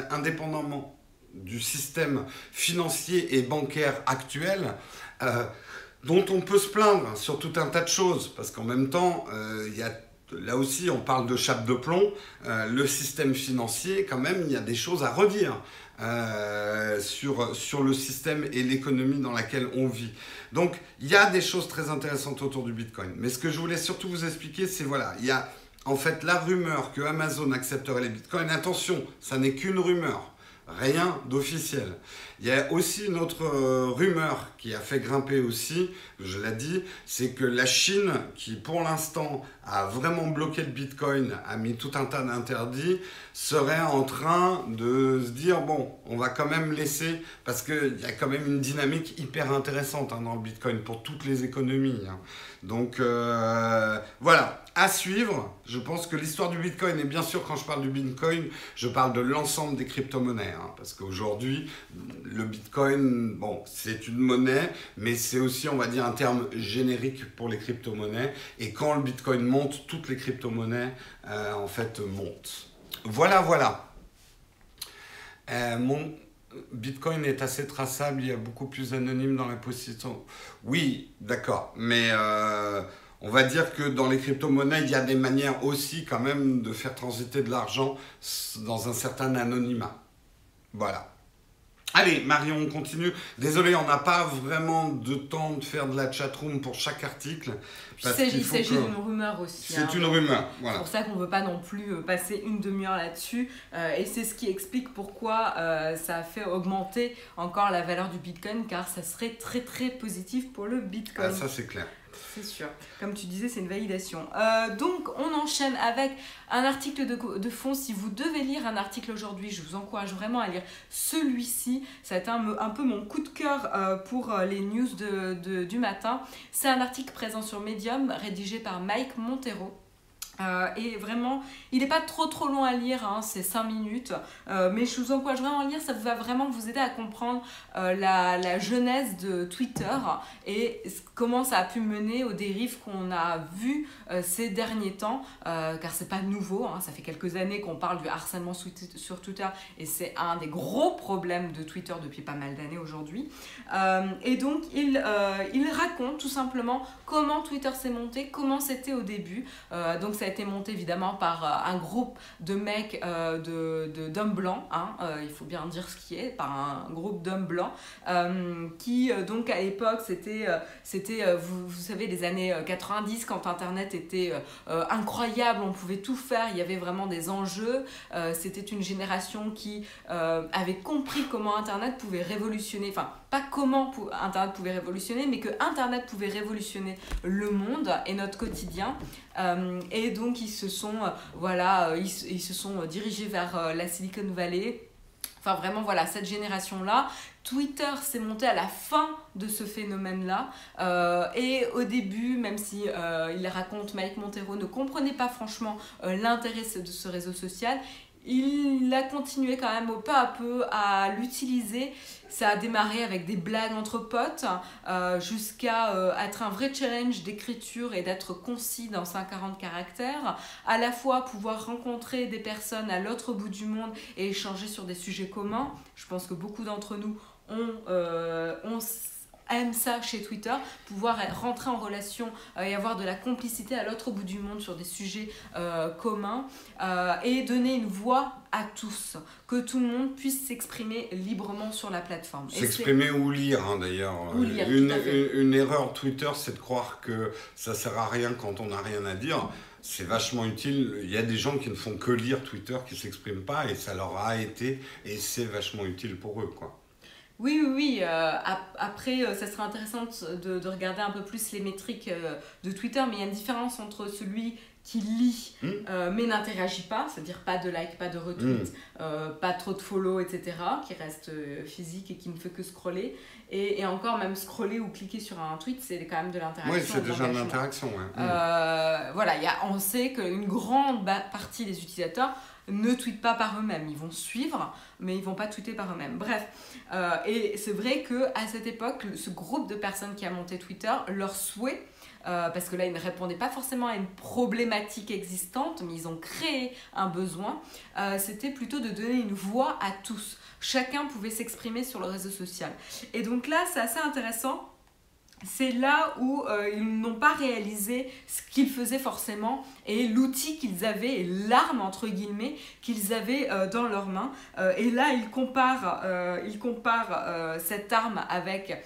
système financier et bancaire actuel, dont on peut se plaindre sur tout un tas de choses, parce qu'en même temps, là aussi, on parle de chape de plomb. Le système financier, quand même, il y a des choses à redire sur le système et l'économie dans laquelle on vit. Donc, il y a des choses très intéressantes autour du Bitcoin. Mais ce que je voulais surtout vous expliquer, c'est voilà, il y a en fait la rumeur que Amazon accepterait les Bitcoins. Attention, ça n'est qu'une rumeur. Rien d'officiel. Il y a aussi une autre rumeur qui a fait grimper aussi, je l'ai dit, c'est que la Chine, qui pour l'instant a vraiment bloqué le Bitcoin, a mis tout un tas d'interdits, serait en train de se dire, bon, on va quand même laisser, parce qu'il y a quand même une dynamique hyper intéressante dans le Bitcoin pour toutes les économies. Donc voilà, à suivre. Je pense que l'histoire du Bitcoin, et bien sûr quand je parle du Bitcoin, je parle de l'ensemble des crypto-monnaies, parce qu'aujourd'hui, le Bitcoin, bon, c'est une monnaie, mais c'est aussi, on va dire, un terme générique pour les crypto-monnaies. Et quand le Bitcoin monte, toutes les crypto-monnaies, en fait, montent. Voilà. Mon Bitcoin est assez traçable, il y a beaucoup plus anonyme dans la possession. Oui, d'accord, mais on va dire que dans les crypto-monnaies, il y a des manières aussi quand même de faire transiter de l'argent dans un certain anonymat. Voilà. Allez, Marion, on continue. Désolé, on n'a pas vraiment de temps de faire de la chatroom pour chaque article. Il s'agit d'une rumeur aussi. C'est une rumeur, voilà. C'est pour ça qu'on ne veut pas non plus passer une demi-heure là-dessus. Et c'est ce qui explique pourquoi ça a fait augmenter encore la valeur du Bitcoin, car ça serait très très positif pour le Bitcoin. Ah, ça c'est clair. C'est sûr. Comme tu disais, c'est une validation. Donc, on enchaîne avec un article de fond. Si vous devez lire un article aujourd'hui, je vous encourage vraiment à lire celui-ci. Ça a été un peu mon coup de cœur pour les news du matin. C'est un article présent sur Medium, rédigé par Mike Montero. Et vraiment, il n'est pas trop long à lire, c'est 5 minutes, mais je vous encourage vraiment à lire, ça va vraiment vous aider à comprendre la genèse de Twitter et comment ça a pu mener aux dérives qu'on a vues ces derniers temps, car c'est pas nouveau, ça fait quelques années qu'on parle du harcèlement sur Twitter et c'est un des gros problèmes de Twitter depuis pas mal d'années aujourd'hui. Et donc, il raconte tout simplement comment Twitter s'est monté, comment c'était au début, donc ça a été monté évidemment par un groupe de mecs, d'hommes blancs, il faut bien dire ce qui est, par un groupe d'hommes blancs, qui donc à l'époque c'était vous savez les années 90 quand internet était incroyable, on pouvait tout faire, il y avait vraiment des enjeux, c'était une génération qui avait compris comment internet pouvait révolutionner, enfin pas comment internet pouvait révolutionner, mais que internet pouvait révolutionner le monde et notre quotidien. Et donc ils se sont dirigés vers la Silicon Valley. Enfin vraiment voilà, cette génération-là, Twitter s'est monté à la fin de ce phénomène-là et au début, même si il raconte, Mike Montero ne comprenait pas franchement l'intérêt de ce réseau social, il a continué quand même peu à peu à l'utiliser. Ça a démarré avec des blagues entre potes, jusqu'à être un vrai challenge d'écriture et d'être concis dans 140 caractères. À la fois pouvoir rencontrer des personnes à l'autre bout du monde et échanger sur des sujets communs. Je pense que beaucoup d'entre nous aime ça chez Twitter, pouvoir rentrer en relation et avoir de la complicité à l'autre bout du monde sur des sujets communs, et donner une voix à tous, que tout le monde puisse s'exprimer librement sur la plateforme. S'exprimer ou lire, hein, d'ailleurs. Ou lire, une erreur Twitter, c'est de croire que ça sert à rien quand on n'a rien à dire. C'est vachement utile. Il y a des gens qui ne font que lire Twitter, qui ne s'expriment pas, et ça leur a été, et c'est vachement utile pour eux, quoi. Oui. Après, ça serait intéressant de regarder un peu plus les métriques de Twitter, mais il y a une différence entre celui qui lit mais n'interagit pas, c'est-à-dire pas de like, pas de retweet, pas trop de follow, etc., qui reste physique et qui ne fait que scroller. Et encore, même scroller ou cliquer sur un tweet, c'est quand même de l'interaction. Oui, c'est déjà de l'interaction. Ouais. Voilà, on sait qu'une grande partie des utilisateurs ne tweetent pas par eux-mêmes. Ils vont suivre, mais ils vont pas tweeter par eux-mêmes. Bref, et c'est vrai qu'à cette époque, ce groupe de personnes qui a monté Twitter, leur souhait, parce que là, ils ne répondaient pas forcément à une problématique existante, mais ils ont créé un besoin, c'était plutôt de donner une voix à tous. Chacun pouvait s'exprimer sur le réseau social. Et donc là, c'est assez intéressant. C'est là où ils n'ont pas réalisé ce qu'ils faisaient forcément et l'outil qu'ils avaient, et l'arme entre guillemets qu'ils avaient dans leurs mains. Et là, ils comparent cette arme avec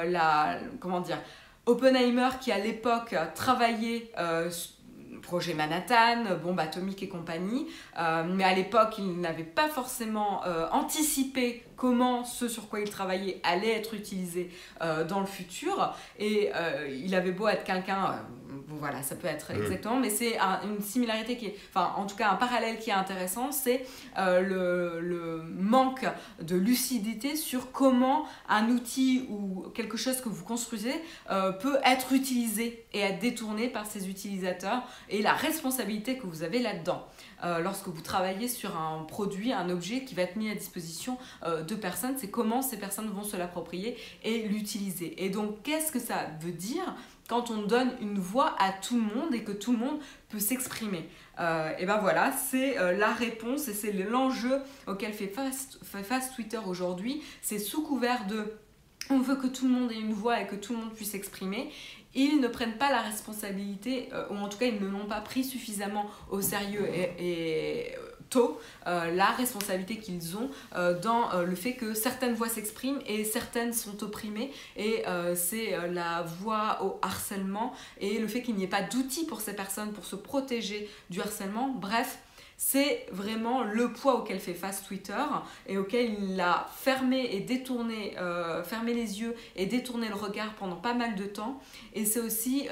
Oppenheimer, qui à l'époque travaillait projet Manhattan, bombe atomique et compagnie, mais à l'époque il n'avait pas forcément anticipé comment ce sur quoi il travaillait allait être utilisé dans le futur, et il avait beau être quelqu'un, voilà, ça peut être exactement, mais c'est une similarité qui est, enfin en tout cas un parallèle qui est intéressant, c'est le manque de lucidité sur comment un outil ou quelque chose que vous construisez peut être utilisé et être détourné par ses utilisateurs, et la responsabilité que vous avez là-dedans. Lorsque vous travaillez sur un produit, un objet qui va être mis à disposition de personnes, c'est comment ces personnes vont se l'approprier et l'utiliser. Et donc, qu'est-ce que ça veut dire quand on donne une voix à tout le monde et que tout le monde peut s'exprimer? Et ben voilà, c'est la réponse et c'est l'enjeu auquel fait face Twitter aujourd'hui. C'est sous couvert de on veut que tout le monde ait une voix et que tout le monde puisse s'exprimer. Ils ne prennent pas la responsabilité, ou en tout cas ils ne l'ont pas pris suffisamment au sérieux et tôt, la responsabilité qu'ils ont dans le fait que certaines voix s'expriment et certaines sont opprimées, et c'est la voie au harcèlement et le fait qu'il n'y ait pas d'outils pour ces personnes pour se protéger du harcèlement. Bref, c'est vraiment le poids auquel fait face Twitter et auquel il a fermé et détourné, fermé les yeux et détourné le regard pendant pas mal de temps. Et c'est aussi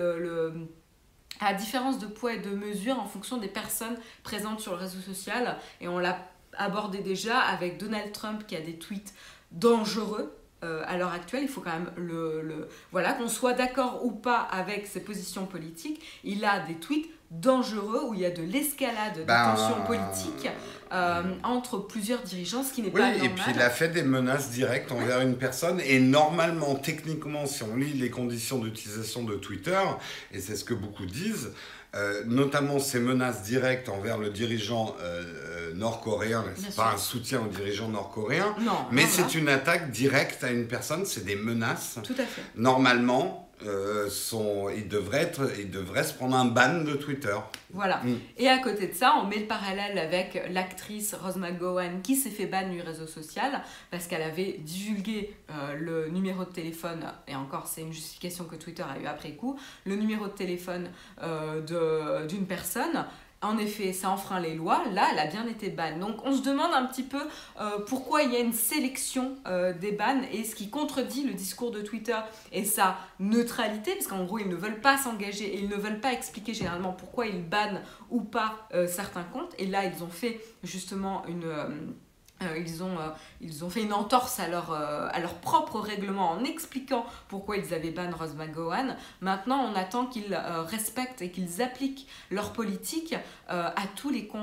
la différence de poids et de mesure en fonction des personnes présentes sur le réseau social. Et on l'a abordé déjà avec Donald Trump qui a des tweets dangereux. À l'heure actuelle, il faut quand même voilà, qu'on soit d'accord ou pas avec ses positions politiques, il a des tweets dangereux où il y a de l'escalade de tensions politiques entre plusieurs dirigeants, ce qui n'est pas normal. Oui, et puis il a fait des menaces directes envers une personne, et normalement, techniquement, si on lit les conditions d'utilisation de Twitter, et c'est ce que beaucoup disent, notamment ces menaces directes envers le dirigeant nord-coréen, c'est pas un soutien au dirigeant nord-coréen, mais c'est une attaque directe à une personne, c'est des menaces. Tout à fait. Normalement, il devrait se prendre un ban de Twitter. Voilà. Et à côté de ça, on met le parallèle avec l'actrice Rose McGowan qui s'est fait ban du réseau social parce qu'elle avait divulgué le numéro de téléphone, et encore c'est une justification que Twitter a eu après coup, le numéro de téléphone d'une personne. En effet, ça enfreint les lois. Là, elle a bien été ban. Donc, on se demande un petit peu pourquoi il y a une sélection des bans, et ce qui contredit le discours de Twitter et sa neutralité, parce qu'en gros, ils ne veulent pas s'engager et ils ne veulent pas expliquer généralement pourquoi ils bannent ou pas certains comptes. Et là, ils ont fait justement ils ont fait une entorse à leur propre règlement en expliquant pourquoi ils avaient ban Rose McGowan. Maintenant, on attend qu'ils respectent et qu'ils appliquent leur politique à tous les comptes.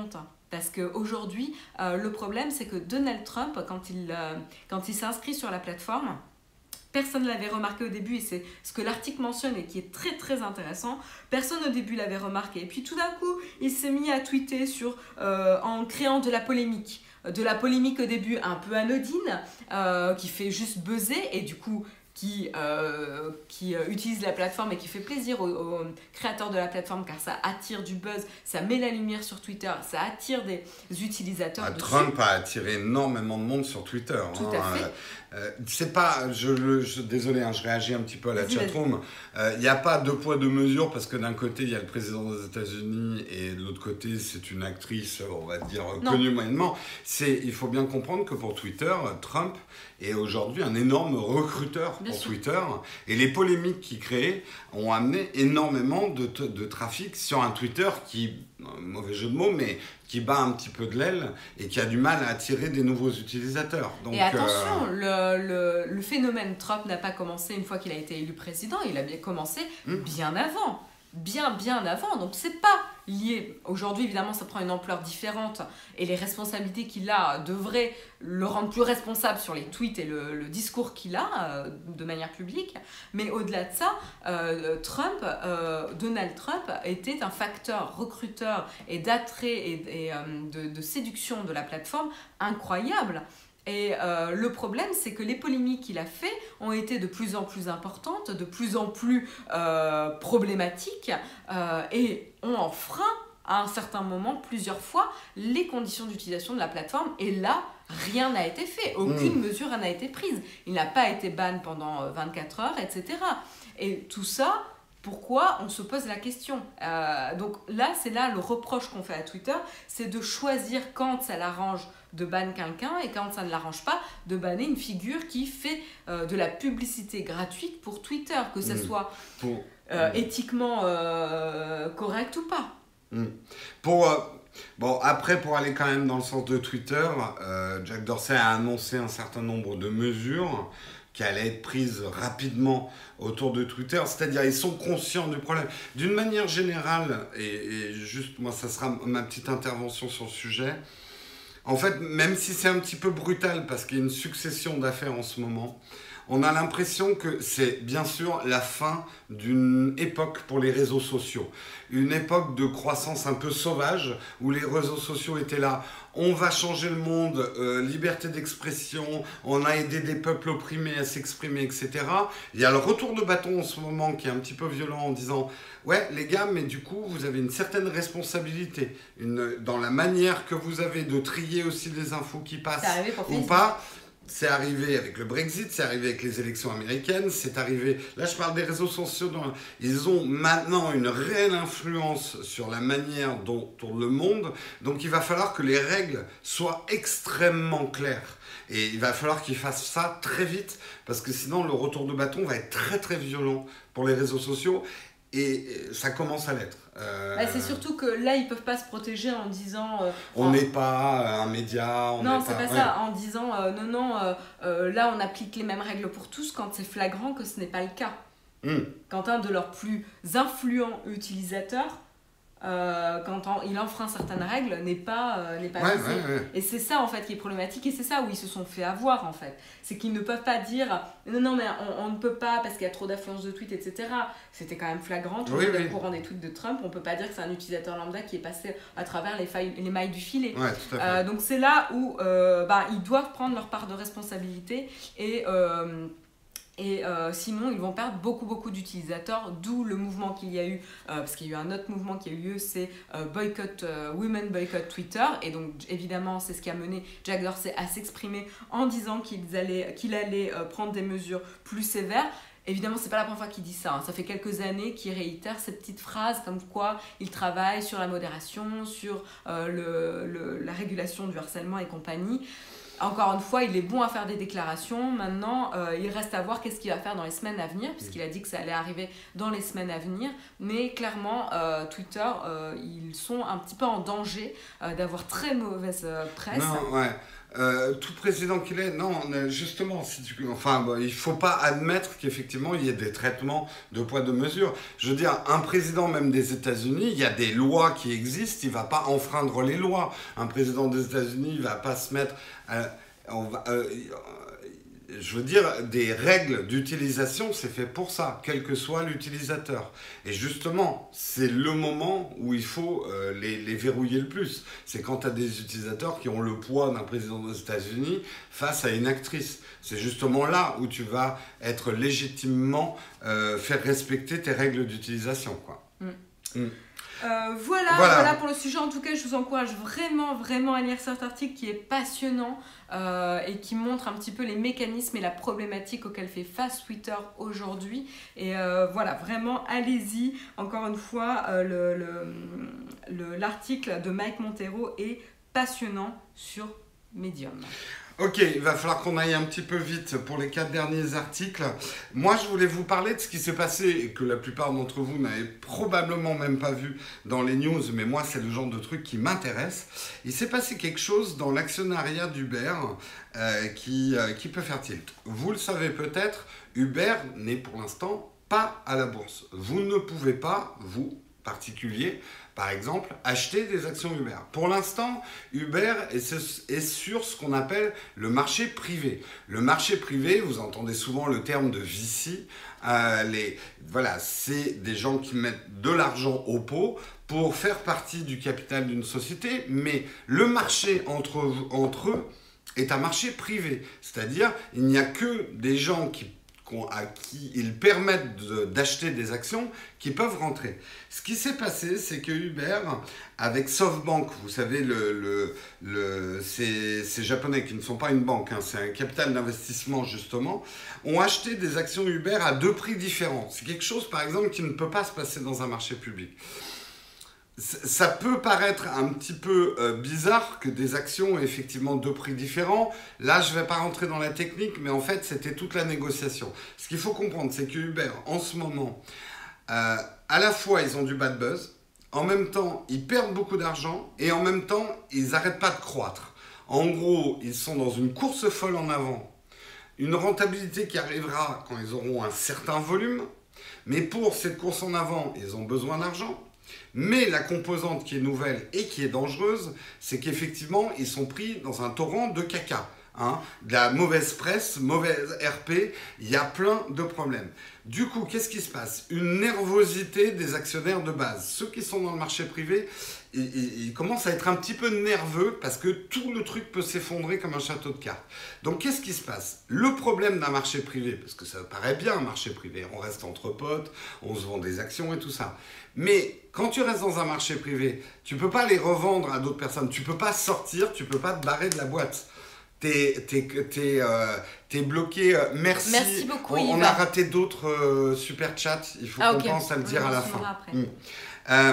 Parce qu'aujourd'hui, le problème, c'est que Donald Trump, quand il s'inscrit sur la plateforme, personne ne l'avait remarqué au début, et c'est ce que l'article mentionne et qui est très très intéressant. Personne au début l'avait remarqué. Et puis tout d'un coup, il s'est mis à tweeter en créant de la polémique. De la polémique au début un peu anodine, qui fait juste buzzer, et du coup qui utilise la plateforme et qui fait plaisir aux créateurs de la plateforme, car ça attire du buzz, ça met la lumière sur Twitter, ça attire des utilisateurs. Trump a attiré énormément de monde sur Twitter. Tout à fait. C'est pas, désolé, je réagis un petit peu à la chatroom. Il n'y a pas deux poids deux mesures, parce que d'un côté il y a le président des États-Unis et de l'autre côté c'est une actrice, on va dire, connue moyennement. Il faut bien comprendre que pour Twitter, Trump est aujourd'hui un énorme recruteur pour Twitter, et les polémiques qu'il crée ont amené énormément de trafic sur un Twitter qui, mauvais jeu de mots, mais qui bat un petit peu de l'aile et qui a du mal à attirer des nouveaux utilisateurs. Donc, et attention, le phénomène Trump n'a pas commencé une fois qu'il a été élu président, il a bien commencé bien avant. Bien avant, donc c'est pas lié. Aujourd'hui, évidemment, ça prend une ampleur différente et les responsabilités qu'il a devraient le rendre plus responsable sur les tweets et le discours qu'il a de manière publique. Mais au-delà de ça, Donald Trump était un facteur recruteur et d'attrait et de séduction de la plateforme incroyable. Et le problème, c'est que les polémiques qu'il a fait ont été de plus en plus importantes, de plus en plus problématiques, et ont enfreint à un certain moment, plusieurs fois, les conditions d'utilisation de la plateforme. Et là, rien n'a été fait, aucune mesure n'a été prise. Il n'a pas été ban pendant 24 heures, etc. Et tout ça... Pourquoi on se pose la question donc là, c'est là le reproche qu'on fait à Twitter, c'est de choisir quand ça l'arrange de ban quelqu'un et quand ça ne l'arrange pas, de banner une figure qui fait de la publicité gratuite pour Twitter, que ça soit éthiquement correct ou pas. Bon, après, pour aller quand même dans le sens de Twitter, Jack Dorsey a annoncé un certain nombre de mesures qui allaient être prises rapidement autour de Twitter, c'est-à-dire ils sont conscients du problème. D'une manière générale, et juste moi ça sera ma petite intervention sur le sujet, en fait, même si c'est un petit peu brutal parce qu'il y a une succession d'affaires en ce moment, on a l'impression que c'est bien sûr la fin d'une époque pour les réseaux sociaux. Une époque de croissance un peu sauvage où les réseaux sociaux étaient là. On va changer le monde, liberté d'expression, on a aidé des peuples opprimés à s'exprimer, etc. Il y a le retour de bâton en ce moment qui est un petit peu violent en disant « Ouais, les gars, mais du coup, vous avez une certaine responsabilité dans la manière que vous avez de trier aussi les infos qui passent ou pas. » C'est arrivé avec le Brexit, c'est arrivé avec les élections américaines, c'est arrivé... Là, je parle des réseaux sociaux. Ils ont maintenant une réelle influence sur la manière dont tourne le monde. Donc, il va falloir que les règles soient extrêmement claires. Et il va falloir qu'ils fassent ça très vite, parce que sinon, le retour de bâton va être très, très violent pour les réseaux sociaux. Et ça commence à l'être. C'est surtout que là, ils ne peuvent pas se protéger en disant... on n'est pas un média. Non, c'est pas ça. En disant, là, on applique les mêmes règles pour tous, quand c'est flagrant que ce n'est pas le cas. Quand un de leurs plus influents utilisateurs, quand il enfreint certaines règles, n'est pas visé. Et c'est ça, en fait, qui est problématique. Et c'est ça où ils se sont fait avoir, en fait. C'est qu'ils ne peuvent pas dire non, mais on ne peut pas parce qu'il y a trop d'affluence de tweets, etc. C'était quand même flagrant. Tout le monde est au courant des tweets de Trump. On ne peut pas dire que c'est un utilisateur lambda qui est passé à travers les mailles du filet. Tout à fait. Donc c'est là où ils doivent prendre leur part de responsabilité et sinon, ils vont perdre beaucoup d'utilisateurs, d'où le mouvement qu'il y a eu, parce qu'il y a eu un autre mouvement qui a eu lieu, c'est Women Boycott Twitter. Et donc, évidemment, c'est ce qui a mené Jack Dorsey à s'exprimer en disant qu'il allait prendre des mesures plus sévères. Évidemment, c'est pas la première fois qu'il dit ça. Ça fait quelques années qu'il réitère ces petites phrases comme quoi il travaille sur la modération, sur la régulation du harcèlement et compagnie. Encore une fois, il est bon à faire des déclarations. Maintenant, il reste à voir qu'est-ce qu'il va faire dans les semaines à venir, puisqu'il a dit que ça allait arriver dans les semaines à venir. Mais clairement, Twitter, ils sont un petit peu en danger d'avoir très mauvaise presse. Non, ouais. tout président qu'il est, non, justement, enfin, bon, il ne faut pas admettre qu'effectivement, il y ait des traitements de poids de mesure. Je veux dire, un président même des États-Unis, il y a des lois qui existent, il ne va pas enfreindre les lois. Un président des États-Unis, il ne va pas se mettre... je veux dire, des règles d'utilisation, c'est fait pour ça, quel que soit l'utilisateur. Et justement, c'est le moment où il faut les verrouiller le plus. C'est quand tu as des utilisateurs qui ont le poids d'un président des États-Unis face à une actrice. C'est justement là où tu vas être légitimement faire respecter tes règles d'utilisation, quoi. Voilà pour le sujet. En tout cas, je vous encourage vraiment à lire cet article qui est passionnant et qui montre un petit peu les mécanismes et la problématique auxquelles fait face Twitter aujourd'hui. Et voilà, vraiment, allez-y. Encore une fois, l'article de Mike Montero est passionnant sur Medium. Ok, il va falloir qu'on aille un petit peu vite pour les 4 derniers articles. Moi, je voulais vous parler de ce qui s'est passé et que la plupart d'entre vous n'avez probablement même pas vu dans les news, mais moi, c'est le genre de truc qui m'intéresse. Il s'est passé quelque chose dans l'actionnariat d'Uber qui peut faire tilt. Vous le savez peut-être, Uber n'est pour l'instant pas à la bourse. Vous ne pouvez pas, vous, particulier, par exemple, acheter des actions Uber. Pour l'instant, Uber est sur ce qu'on appelle le marché privé. Le marché privé, vous entendez souvent le terme de VC. Voilà, c'est des gens qui mettent de l'argent au pot pour faire partie du capital d'une société, mais le marché entre eux est un marché privé. C'est-à-dire, il n'y a que des gens à qui ils permettent d'acheter des actions qui peuvent rentrer. Ce qui s'est passé, c'est que Uber, avec SoftBank, vous savez, ces Japonais qui ne sont pas une banque, hein, c'est un capital d'investissement justement, ont acheté des actions Uber à 2 prix différents. C'est quelque chose, par exemple, qui ne peut pas se passer dans un marché public. Ça peut paraître un petit peu bizarre que des actions aient effectivement 2 prix différents. Là, je ne vais pas rentrer dans la technique, mais en fait, c'était toute la négociation. Ce qu'il faut comprendre, c'est que Uber, en ce moment, à la fois, ils ont du bad buzz, en même temps, ils perdent beaucoup d'argent, et en même temps, ils n'arrêtent pas de croître. En gros, ils sont dans une course folle en avant. Une rentabilité qui arrivera quand ils auront un certain volume, mais pour cette course en avant, ils ont besoin d'argent. Mais la composante qui est nouvelle et qui est dangereuse, c'est qu'effectivement, ils sont pris dans un torrent de caca. Hein, de la mauvaise presse, mauvaise RP, il y a plein de problèmes. Du coup, qu'est-ce qui se passe? Une nervosité des actionnaires de base. Ceux qui sont dans le marché privé, ils commencent à être un petit peu nerveux parce que tout le truc peut s'effondrer comme un château de cartes. Donc, qu'est-ce qui se passe? Le problème d'un marché privé, parce que ça paraît bien un marché privé, on reste entre potes, on se vend des actions et tout ça. Mais quand tu restes dans un marché privé, tu ne peux pas les revendre à d'autres personnes. Tu ne peux pas sortir, tu ne peux pas te barrer de la boîte. T'es bloqué. Merci beaucoup, on a raté d'autres super chats. Il faut qu'on pense à le dire à la fin.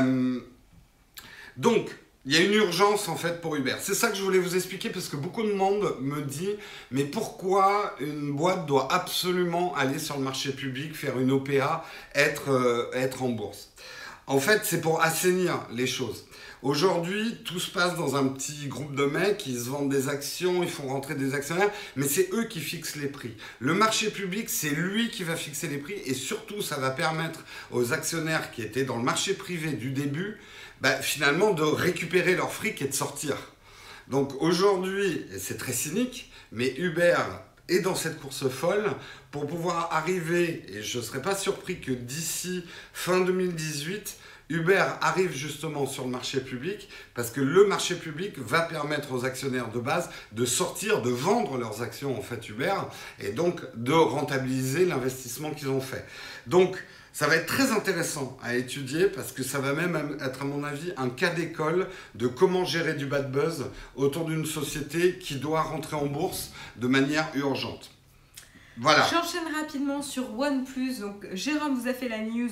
Donc, il y a une urgence en fait pour Uber. C'est ça que je voulais vous expliquer parce que beaucoup de monde me dit mais pourquoi une boîte doit absolument aller sur le marché public, faire une OPA, être en bourse. En fait, c'est pour assainir les choses. Aujourd'hui, tout se passe dans un petit groupe de mecs, ils se vendent des actions, ils font rentrer des actionnaires, mais c'est eux qui fixent les prix. Le marché public, c'est lui qui va fixer les prix et surtout, ça va permettre aux actionnaires qui étaient dans le marché privé du début, finalement, de récupérer leur fric et de sortir. Donc aujourd'hui, et c'est très cynique, mais Uber est dans cette course folle pour pouvoir arriver, et je ne serais pas surpris que d'ici fin 2018, Uber arrive justement sur le marché public parce que le marché public va permettre aux actionnaires de base de sortir, de vendre leurs actions en fait Uber et donc de rentabiliser l'investissement qu'ils ont fait. Donc ça va être très intéressant à étudier parce que ça va même être à mon avis un cas d'école de comment gérer du bad buzz autour d'une société qui doit rentrer en bourse de manière urgente. Voilà. J'enchaîne rapidement sur OnePlus. Donc, Jérôme vous a fait la news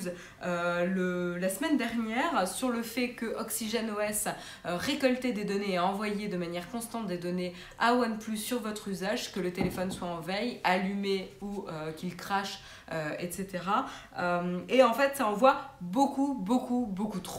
la semaine dernière sur le fait que OxygenOS récoltait des données et envoyait de manière constante des données à OnePlus sur votre usage, que le téléphone soit en veille, allumé ou qu'il crache, etc. Et en fait, ça envoie beaucoup trop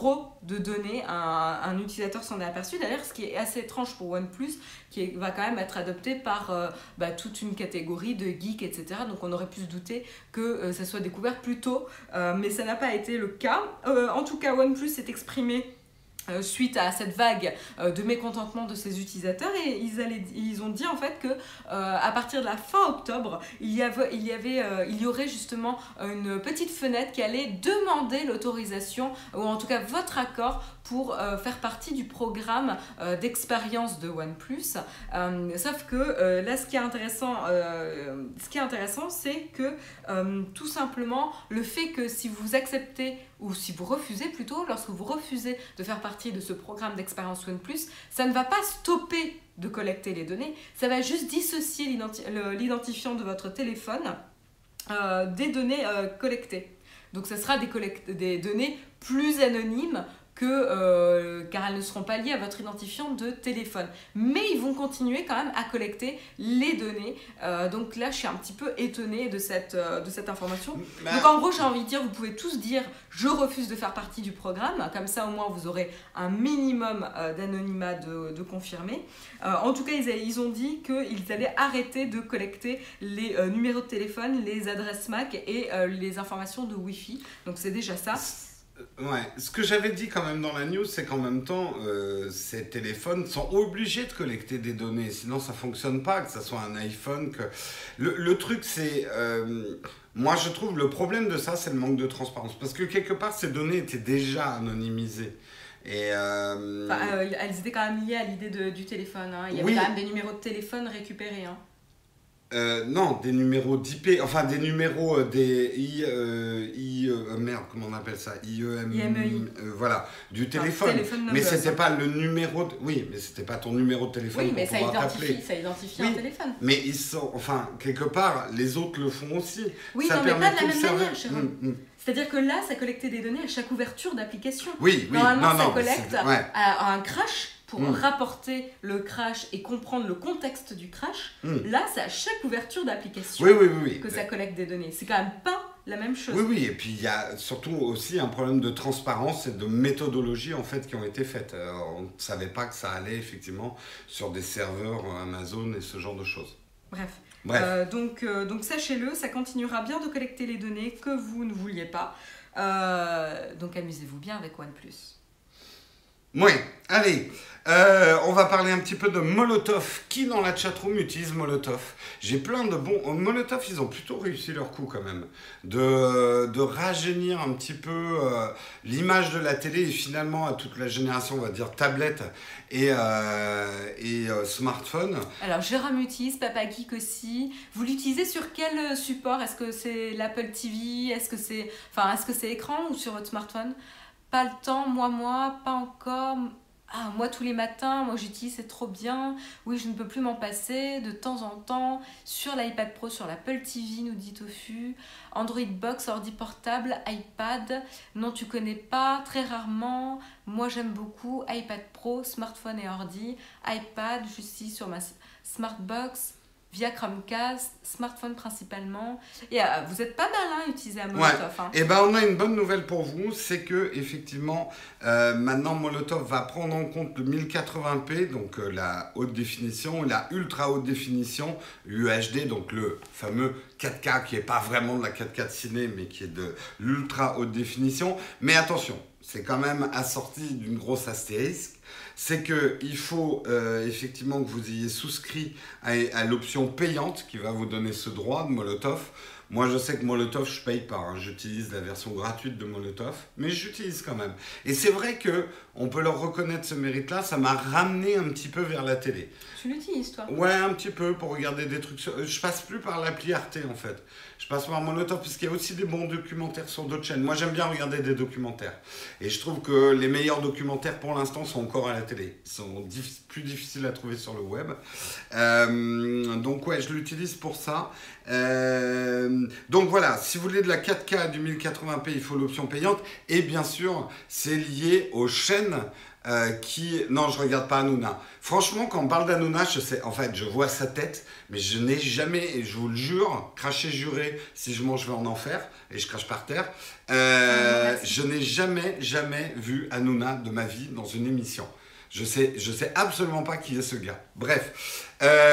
de données, un utilisateur s'en est aperçu. D'ailleurs, ce qui est assez étrange pour OnePlus, va quand même être adopté par toute une catégorie de geeks, etc. Donc on aurait pu se douter que ça soit découvert plus tôt, mais ça n'a pas été le cas. En tout cas, OnePlus s'est exprimé suite à cette vague de mécontentement de ses utilisateurs, et ils ont dit en fait que à partir de la fin octobre, il y aurait justement une petite fenêtre qui allait demander l'autorisation, ou en tout cas votre accord, pour faire partie du programme d'expérience de OnePlus. Sauf que là, ce qui est intéressant, c'est que tout simplement, le fait que si vous acceptez, ou si vous refusez plutôt, lorsque vous refusez de faire partie de ce programme d'expérience OnePlus, ça ne va pas stopper de collecter les données, ça va juste dissocier l'identifiant de votre téléphone des données collectées. Donc ça sera des données plus anonymes, car elles ne seront pas liées à votre identifiant de téléphone. Mais ils vont continuer quand même à collecter les données. Donc là, je suis un petit peu étonnée de cette information. Donc en gros, j'ai envie de dire, vous pouvez tous dire « je refuse de faire partie du programme ». Comme ça, au moins, vous aurez un minimum d'anonymat de confirmé. En tout cas, ils ont dit qu'ils allaient arrêter de collecter les numéros de téléphone, les adresses MAC et les informations de Wi-Fi. Donc c'est déjà ça. Ouais, ce que j'avais dit quand même dans la news, c'est qu'en même temps, ces téléphones sont obligés de collecter des données, sinon ça fonctionne pas, que ça soit un iPhone. Le truc, c'est... moi, je trouve le problème de ça, c'est le manque de transparence. Parce que quelque part, ces données étaient déjà anonymisées. Et elles étaient quand même liées à l'idée du téléphone. Hein. Il y avait quand même des numéros de téléphone récupérés. Hein. Non, des numéros d'IP, enfin des numéros merde, comment on appelle ça, IMEI. Voilà, du téléphone. Mais c'était pas le numéro oui, mais c'était pas ton numéro de téléphone. Oui, mais ça identifie un téléphone. Mais ils sont, enfin, quelque part, les autres le font aussi. Oui, ça non, mais pas de la même manière, Jérôme. C'est-à-dire que là, ça collectait des données à chaque ouverture d'application. Oui, Normalement, ça collecte à un crash pour rapporter le crash et comprendre le contexte du crash. Là, c'est à chaque ouverture d'application que ça collecte des données. C'est quand même pas la même chose. Oui, et puis il y a surtout aussi un problème de transparence et de méthodologie en fait qui ont été faites. On ne savait pas que ça allait effectivement sur des serveurs Amazon et ce genre de choses. Bref. Donc sachez-le, ça continuera bien de collecter les données que vous ne vouliez pas. Donc amusez-vous bien avec OnePlus. Oui, allez, on va parler un petit peu de Molotov. Qui dans la chatroom utilise Molotov? J'ai plein de bons... Molotov, ils ont plutôt réussi leur coup quand même. De rajeunir un petit peu l'image de la télé et finalement à toute la génération, on va dire, tablette et smartphone. Alors, Jérôme utilise, Papa Geek aussi. Vous l'utilisez sur quel support? Est-ce que c'est l'Apple TV? Est-ce que c'est écran ou sur votre smartphone? Pas le temps, moi, pas encore. Ah, moi, tous les matins, moi, j'utilise, c'est trop bien. Oui, je ne peux plus m'en passer. De temps en temps, sur l'iPad Pro, sur l'Apple TV, nous dit Tofu. Android Box, ordi portable, iPad. Non, tu connais pas, très rarement. Moi, j'aime beaucoup iPad Pro, smartphone et ordi. iPad, je suis sur ma Smartbox. Via Chromecast, smartphone principalement. Et vous êtes pas mal à utiliser à Molotov. Hein. Et ben on a une bonne nouvelle pour vous, c'est que effectivement maintenant Molotov va prendre en compte le 1080p, donc la haute définition, la ultra haute définition, UHD, donc le fameux 4K qui est pas vraiment de la 4K ciné, mais qui est de l'ultra haute définition. Mais attention, c'est quand même assorti d'une grosse astérisque. C'est qu'il faut effectivement que vous ayez souscrit à l'option payante qui va vous donner ce droit de Molotov. Moi, je sais que Molotov, je ne paye pas. Hein. J'utilise la version gratuite de Molotov, mais j'utilise quand même. Et c'est vrai qu'on peut leur reconnaître ce mérite-là. Ça m'a ramené un petit peu vers la télé. Tu l'utilises, toi? Ouais, un petit peu pour regarder des trucs. Je passe plus par l'appli Arte, en fait. Je passe par Molotov parce qu'il y a aussi des bons documentaires sur d'autres chaînes. Moi, j'aime bien regarder des documentaires. Et je trouve que les meilleurs documentaires, pour l'instant, sont encore à la télé. Ils sont plus difficiles à trouver sur le web. Donc, ouais, je l'utilise pour ça. Donc voilà, si vous voulez de la 4K du 1080p, il faut l'option payante. Et bien sûr, c'est lié aux chaînes Non, je regarde pas Hanouna. Franchement, quand on parle d'Hanouna, je sais, en fait, je vois sa tête, mais je n'ai jamais, et je vous le jure, craché, juré, si je mange, je vais en enfer, et je crache par terre. Je n'ai jamais vu Hanouna de ma vie dans une émission. Je sais absolument pas qui est ce gars. Bref.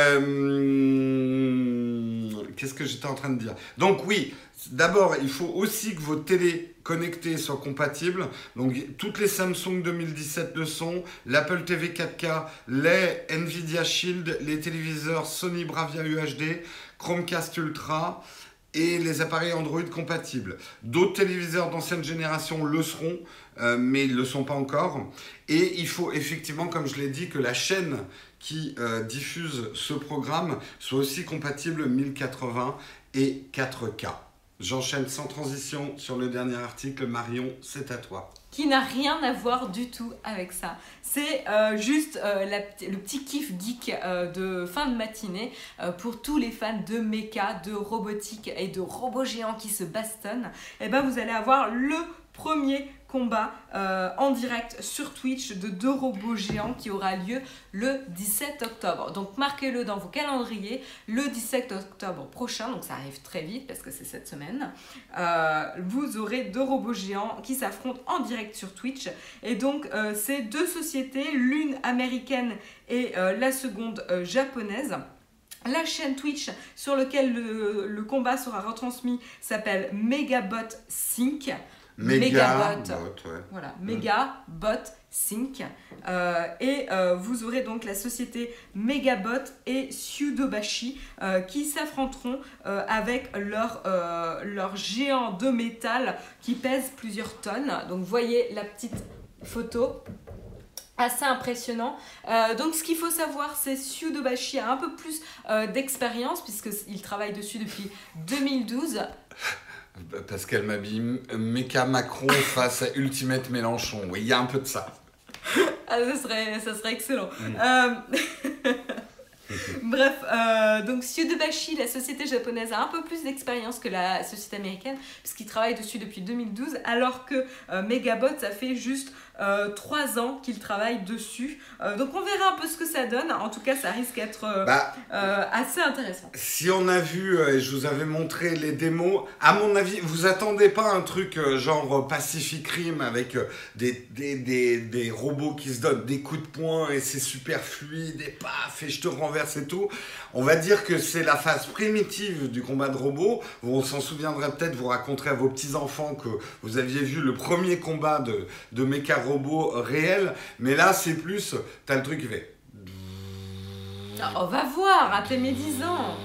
Qu'est-ce que j'étais en train de dire? Donc oui, d'abord, il faut aussi que vos télés connectées soient compatibles. Donc toutes les Samsung 2017 le sont, l'Apple TV 4K, les Nvidia Shield, les téléviseurs Sony Bravia UHD, Chromecast Ultra et les appareils Android compatibles. D'autres téléviseurs d'ancienne génération le seront, mais ils ne le sont pas encore. Et il faut effectivement, comme je l'ai dit, que la chaîne qui diffuse ce programme soit aussi compatible 1080 et 4K. J'enchaîne sans transition sur le dernier article. Marion, c'est à toi. Qui n'a rien à voir du tout avec ça. C'est juste le petit kiff geek de fin de matinée pour tous les fans de méca, de robotique et de robots géants qui se bastonnent. Et ben vous allez avoir le premier combat en direct sur Twitch de 2 robots géants qui aura lieu le 17 octobre. Donc marquez-le dans vos calendriers, le 17 octobre prochain, donc ça arrive très vite parce que c'est cette semaine, vous aurez 2 robots géants qui s'affrontent en direct sur Twitch. Et donc c'est 2 sociétés, l'une américaine et la seconde japonaise. La chaîne Twitch sur laquelle le combat sera retransmis s'appelle Megabot Sync. Megabot, ouais. Voilà, Megabot Sync. Vous aurez donc la société Megabot et Sudobashi qui s'affronteront avec leur géant de métal qui pèse plusieurs tonnes. Donc vous voyez la petite photo. Assez impressionnant. Donc ce qu'il faut savoir, c'est Sudobashi a un peu plus d'expérience puisqu'il travaille dessus depuis 2012. Parce qu'elle m'habille Méca Macron face à Ultimate Mélenchon. Oui, il y a un peu de ça. Ah, ça serait excellent. Bref, donc Sudobashi, la société japonaise, a un peu plus d'expérience que la société américaine puisqu'ils travaillent dessus depuis 2012, alors que Megabot, ça fait juste 3 ans qu'ils travaillent dessus. Donc on verra un peu ce que ça donne. En tout cas, ça risque d'être assez intéressant. Si on a vu, je vous avais montré les démos, à mon avis, vous attendez pas un truc genre Pacific Rim avec des robots qui se donnent des coups de poing et c'est super fluide et paf et je te renverse et tout. On va dire que c'est la phase primitive du combat de robots. On s'en souviendra peut-être, vous raconterez à vos petits-enfants que vous aviez vu le premier combat de méca robot réel. Mais là, c'est plus, t'as le truc qui fait... On va voir, à tes 10 ans.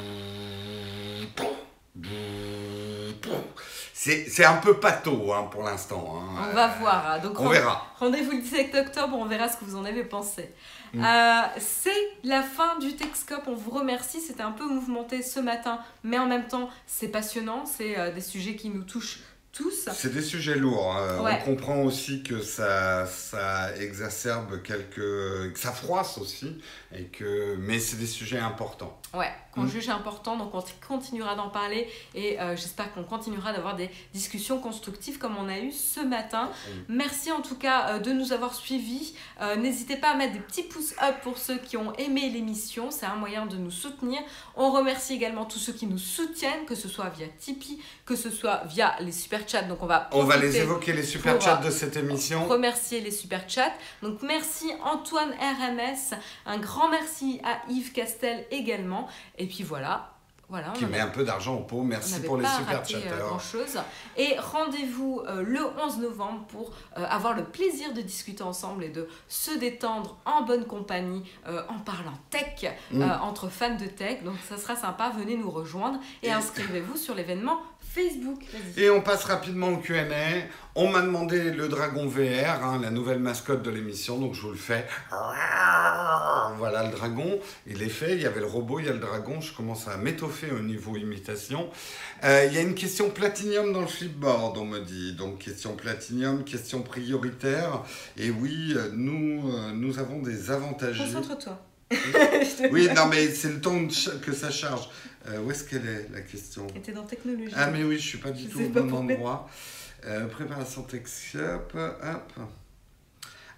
C'est un peu pâteau pour l'instant. On va voir. Donc, on verra. Rendez-vous le 17 octobre, on verra ce que vous en avez pensé. C'est la fin du Techscope, on vous remercie, c'était un peu mouvementé ce matin, mais en même temps c'est passionnant, c'est des sujets qui nous touchent tous. C'est des sujets lourds, ouais. On comprend aussi que ça exacerbe que ça froisse aussi, mais c'est des sujets importants. Ouais, qu'on juge importants, donc on continuera d'en parler et j'espère qu'on continuera d'avoir des discussions constructives comme on a eu ce matin. Merci en tout cas de nous avoir suivis. N'hésitez pas à mettre des petits pouces up pour ceux qui ont aimé l'émission, c'est un moyen de nous soutenir. On remercie également tous ceux qui nous soutiennent, que ce soit via Tipeee, que ce soit via les super chats. Donc on va les évoquer, les super chats de cette émission. Remercier les super chats. Donc merci Antoine RMS, un grand merci à Yves Castel également. Et puis voilà. Qui met un peu d'argent au pot. Merci pour les super chatteurs. Grand-chose. Et rendez-vous le 11 novembre pour avoir le plaisir de discuter ensemble et de se détendre en bonne compagnie en parlant tech, entre fans de tech. Donc ça sera sympa, venez nous rejoindre et inscrivez-vous sur l'événement Facebook. Vas-y. Et on passe rapidement au Q&A. On m'a demandé le dragon VR, la nouvelle mascotte de l'émission, donc je vous le fais. Voilà le dragon, il est fait, il y avait le robot, il y a le dragon, je commence à m'étoffer au niveau imitation. Il y a une question platinium dans le flipboard, on me dit. Donc question platinium, question prioritaire. Et oui, nous avons des avantagés. Concentre-toi. Oui, non mais c'est le temps que ça charge. Où est-ce qu'elle est, la question? Elle était dans technologie. Ah mais oui, je suis pas du tout au bon endroit. Préparation Techscope, hop.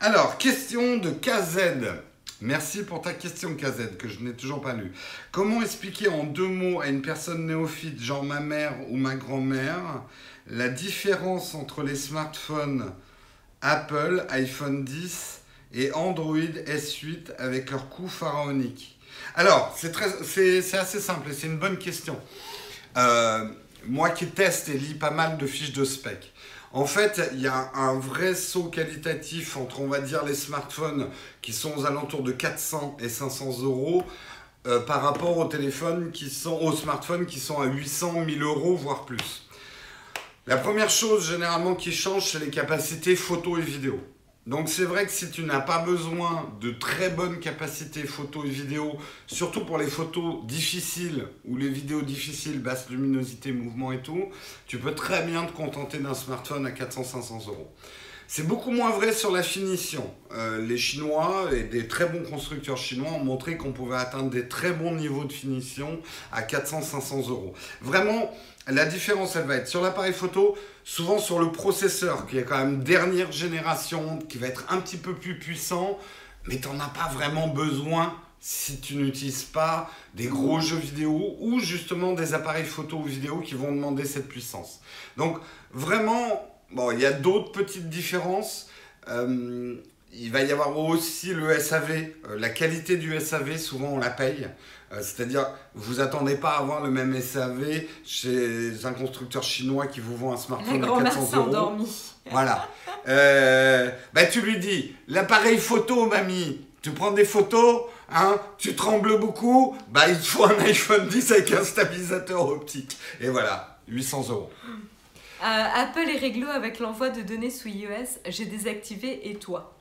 Alors, question de KZ. Merci pour ta question, KZ, que je n'ai toujours pas lue. Comment expliquer en 2 mots à une personne néophyte, genre ma mère ou ma grand-mère, la différence entre les smartphones Apple, iPhone 10 et Android S8 avec leur coût pharaonique? Alors, c'est assez simple et c'est une bonne question. Moi qui teste et lis pas mal de fiches de spec, en fait, il y a un vrai saut qualitatif entre, on va dire, les smartphones qui sont aux alentours de 400 et 500 euros par rapport aux smartphones qui sont à 800, 1000 euros, voire plus. La première chose généralement qui change, c'est les capacités photo et vidéo. Donc c'est vrai que si tu n'as pas besoin de très bonnes capacités photo et vidéo, surtout pour les photos difficiles ou les vidéos difficiles, basse luminosité, mouvement et tout, tu peux très bien te contenter d'un smartphone à 400-500 euros. C'est beaucoup moins vrai sur la finition. Les Chinois et des très bons constructeurs chinois ont montré qu'on pouvait atteindre des très bons niveaux de finition à 400-500 euros. Vraiment, la différence, elle va être sur l'appareil photo, souvent sur le processeur, qui est quand même dernière génération, qui va être un petit peu plus puissant, mais tu n'en as pas vraiment besoin si tu n'utilises pas des gros jeux vidéo ou justement des appareils photo ou vidéo qui vont demander cette puissance. Donc vraiment... Bon, il y a d'autres petites différences. Il va y avoir aussi le SAV. La qualité du SAV, souvent on la paye. C'est-à-dire, vous attendez pas à avoir le même SAV chez un constructeur chinois qui vous vend un smartphone à 400 euros. Endormi. Voilà. Tu lui dis, l'appareil photo, mamie, tu prends des photos, hein, tu trembles beaucoup, il te faut un iPhone 10 avec un stabilisateur optique. Et voilà, 800 euros. Apple est réglo avec l'envoi de données sous iOS. J'ai désactivé et toi?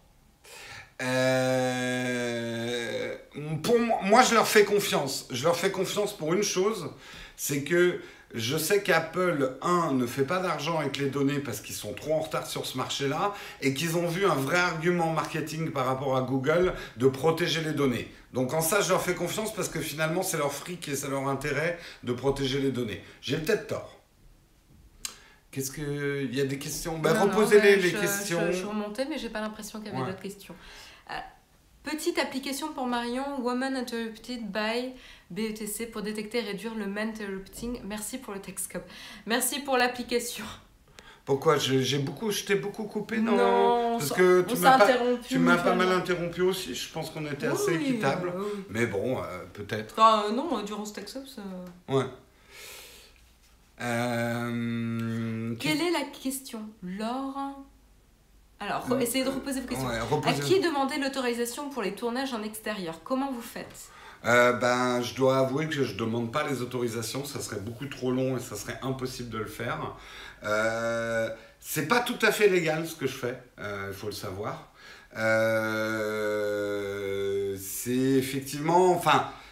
Moi, je leur fais confiance. Je leur fais confiance pour une chose, c'est que je sais qu'Apple, ne fait pas d'argent avec les données parce qu'ils sont trop en retard sur ce marché-là et qu'ils ont vu un vrai argument marketing par rapport à Google de protéger les données. Donc en ça, je leur fais confiance parce que finalement, c'est leur fric et c'est leur intérêt de protéger les données. J'ai peut-être tort. Qu'est-ce que... Il y a des questions? Reposez-les, les questions. Je remontais, mais j'ai pas l'impression qu'il y avait d'autres questions. Petite application pour Marion, Woman Interrupted by BETC pour détecter et réduire le man interrupting. Merci pour le Texcope. Merci pour l'application. Pourquoi? Je t'ai beaucoup coupé, non? Non, parce que tu m'as pas mal interrompu aussi. Je pense qu'on était assez équitable. Oui. Mais bon, peut-être. Non, durant ce Texcope, ça... Ouais. Quelle est la question, Laure? Alors, essayez de reposer vos questions. À qui demander l'autorisation pour les tournages en extérieur? Comment vous faites? Je dois avouer que je ne demande pas les autorisations. Ça serait beaucoup trop long et ça serait impossible de le faire. C'est pas tout à fait légal ce que je fais, il faut le savoir. C'est effectivement...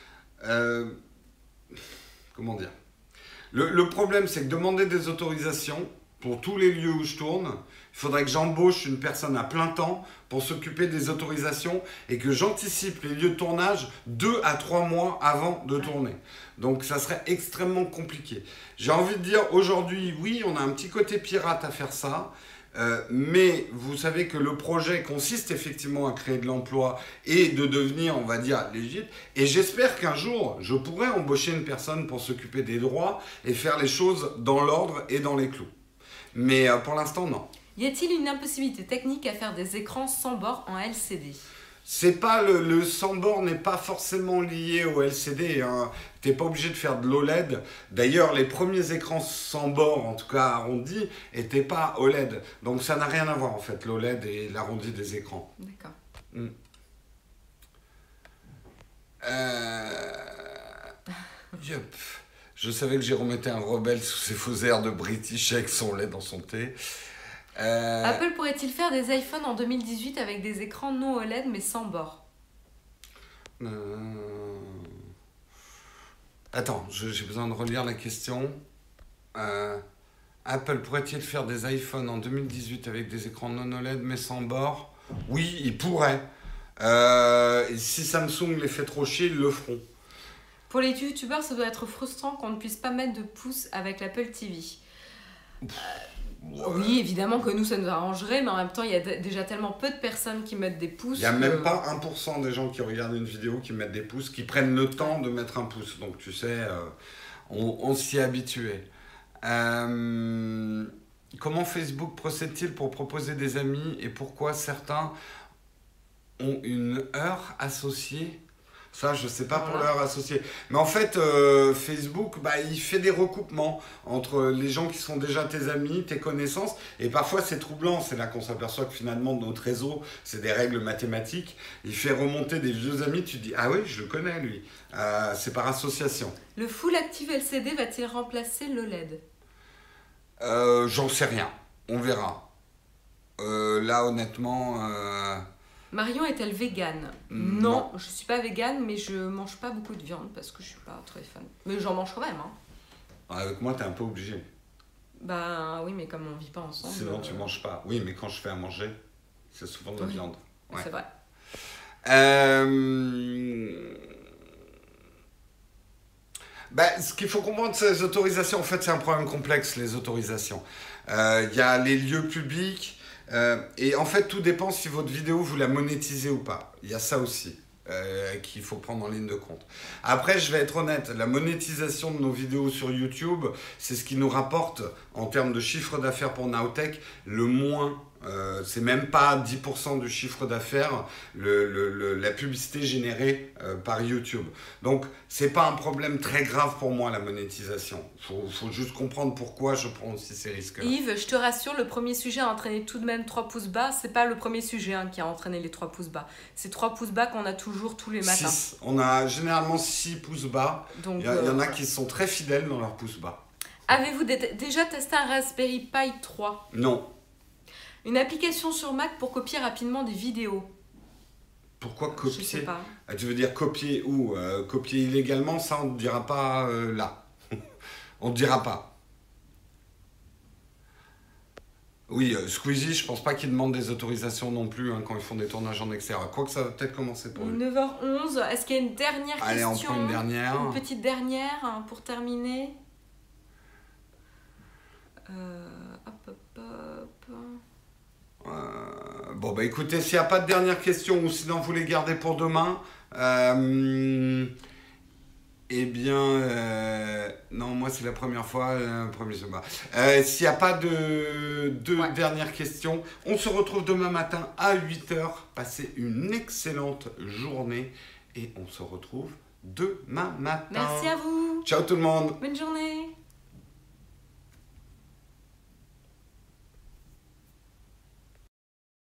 comment dire? Le problème, c'est que demander des autorisations pour tous les lieux où je tourne, il faudrait que j'embauche une personne à plein temps pour s'occuper des autorisations et que j'anticipe les lieux de tournage 2 à 3 mois avant de tourner. Donc ça serait extrêmement compliqué. J'ai envie de dire, aujourd'hui, oui, on a un petit côté pirate à faire ça, mais vous savez que le projet consiste effectivement à créer de l'emploi et de devenir, on va dire, légitime. Et j'espère qu'un jour, je pourrai embaucher une personne pour s'occuper des droits et faire les choses dans l'ordre et dans les clous. Mais pour l'instant, non. Y a-t-il une impossibilité technique à faire des écrans sans bord en LCD? C'est pas le sans bord n'est pas forcément lié au LCD. Hein. T'es pas obligé de faire de l'OLED. D'ailleurs, les premiers écrans sans bord, en tout cas arrondis, étaient pas OLED. Donc ça n'a rien à voir en fait, l'OLED et l'arrondi des écrans. D'accord. Yep. Je savais que Jérôme était un rebelle sous ses faux airs de British avec son lait dans son thé. Apple pourrait-il faire des iPhones en 2018 avec des écrans non OLED mais sans bord? Attends, j'ai besoin de relire la question. Apple pourrait-il faire des iPhones en 2018 avec des écrans non OLED mais sans bord? Oui, il pourrait. Si Samsung les fait trop chier, ils le feront. Pour les youtubeurs, ça doit être frustrant qu'on ne puisse pas mettre de pouce avec l'Apple TV. Oui, évidemment que nous, ça nous arrangerait, mais en même temps, il y a déjà tellement peu de personnes qui mettent des pouces. Il n'y a même pas 1% des gens qui regardent une vidéo qui mettent des pouces, qui prennent le temps de mettre un pouce. Donc tu sais, on s'y est habitué. Comment Facebook procède-t-il pour proposer des amis et pourquoi certains ont une heure associée? Ça, je sais pas pour l'heure associée. Mais en fait, Facebook, il fait des recoupements entre les gens qui sont déjà tes amis, tes connaissances. Et parfois, c'est troublant. C'est là qu'on s'aperçoit que finalement, notre réseau, c'est des règles mathématiques. Il fait remonter des vieux amis. Tu te dis, ah oui, je le connais, lui. C'est par association. Le Full Active LCD va-t-il remplacer l'OLED? J'en sais rien. On verra. Là, honnêtement... Marion est-elle végane? Non, je suis pas végane, mais je mange pas beaucoup de viande parce que je suis pas très fan. Mais j'en mange quand même. Hein. Avec moi, t'es un peu obligé. Bah oui, mais comme on vit pas ensemble. Sinon, tu manges pas. Oui, mais quand je fais à manger, c'est souvent de la viande. Ouais. C'est vrai. Ce qu'il faut comprendre, c'est les autorisations. En fait, c'est un problème complexe, les autorisations. Il y a les lieux publics. Et en fait, tout dépend si votre vidéo, vous la monétisez ou pas. Il y a ça aussi qu'il faut prendre en ligne de compte. Après, je vais être honnête, la monétisation de nos vidéos sur YouTube, c'est ce qui nous rapporte, en termes de chiffre d'affaires pour Nowtech, le moins. C'est même pas 10% du chiffre d'affaires, la publicité générée par YouTube. Donc, c'est pas un problème très grave pour moi, la monétisation. Faut juste comprendre pourquoi je prends aussi ces risques-là. Yves, je te rassure, le premier sujet a entraîné tout de même 3 pouces bas. C'est pas le premier sujet qui a entraîné les 3 pouces bas. C'est 3 pouces bas qu'on a toujours tous les matins. 6. On a généralement 6 pouces bas. Il y en a qui sont très fidèles dans leurs pouces bas. Avez-vous déjà testé un Raspberry Pi 3? Non. Une application sur Mac pour copier rapidement des vidéos. Pourquoi copier? Je sais pas. Tu veux dire copier où? Copier illégalement, ça on ne dira pas là. On ne dira pas. Oui, Squeezie, je pense pas qu'il demande des autorisations non plus quand ils font des tournages en extérieur. Quoique ça va peut-être commencer pour lui. 9h11, est-ce qu'il y a une dernière question? Allez, on prend une dernière. Une petite dernière pour terminer. Écoutez, s'il n'y a pas de dernière question ou sinon vous les gardez pour demain, non, moi c'est la première fois, premier sommet. S'il n'y a pas de dernières questions, on se retrouve demain matin à 8h. Passez une excellente journée et on se retrouve demain matin. Merci à vous. Ciao tout le monde. Bonne journée.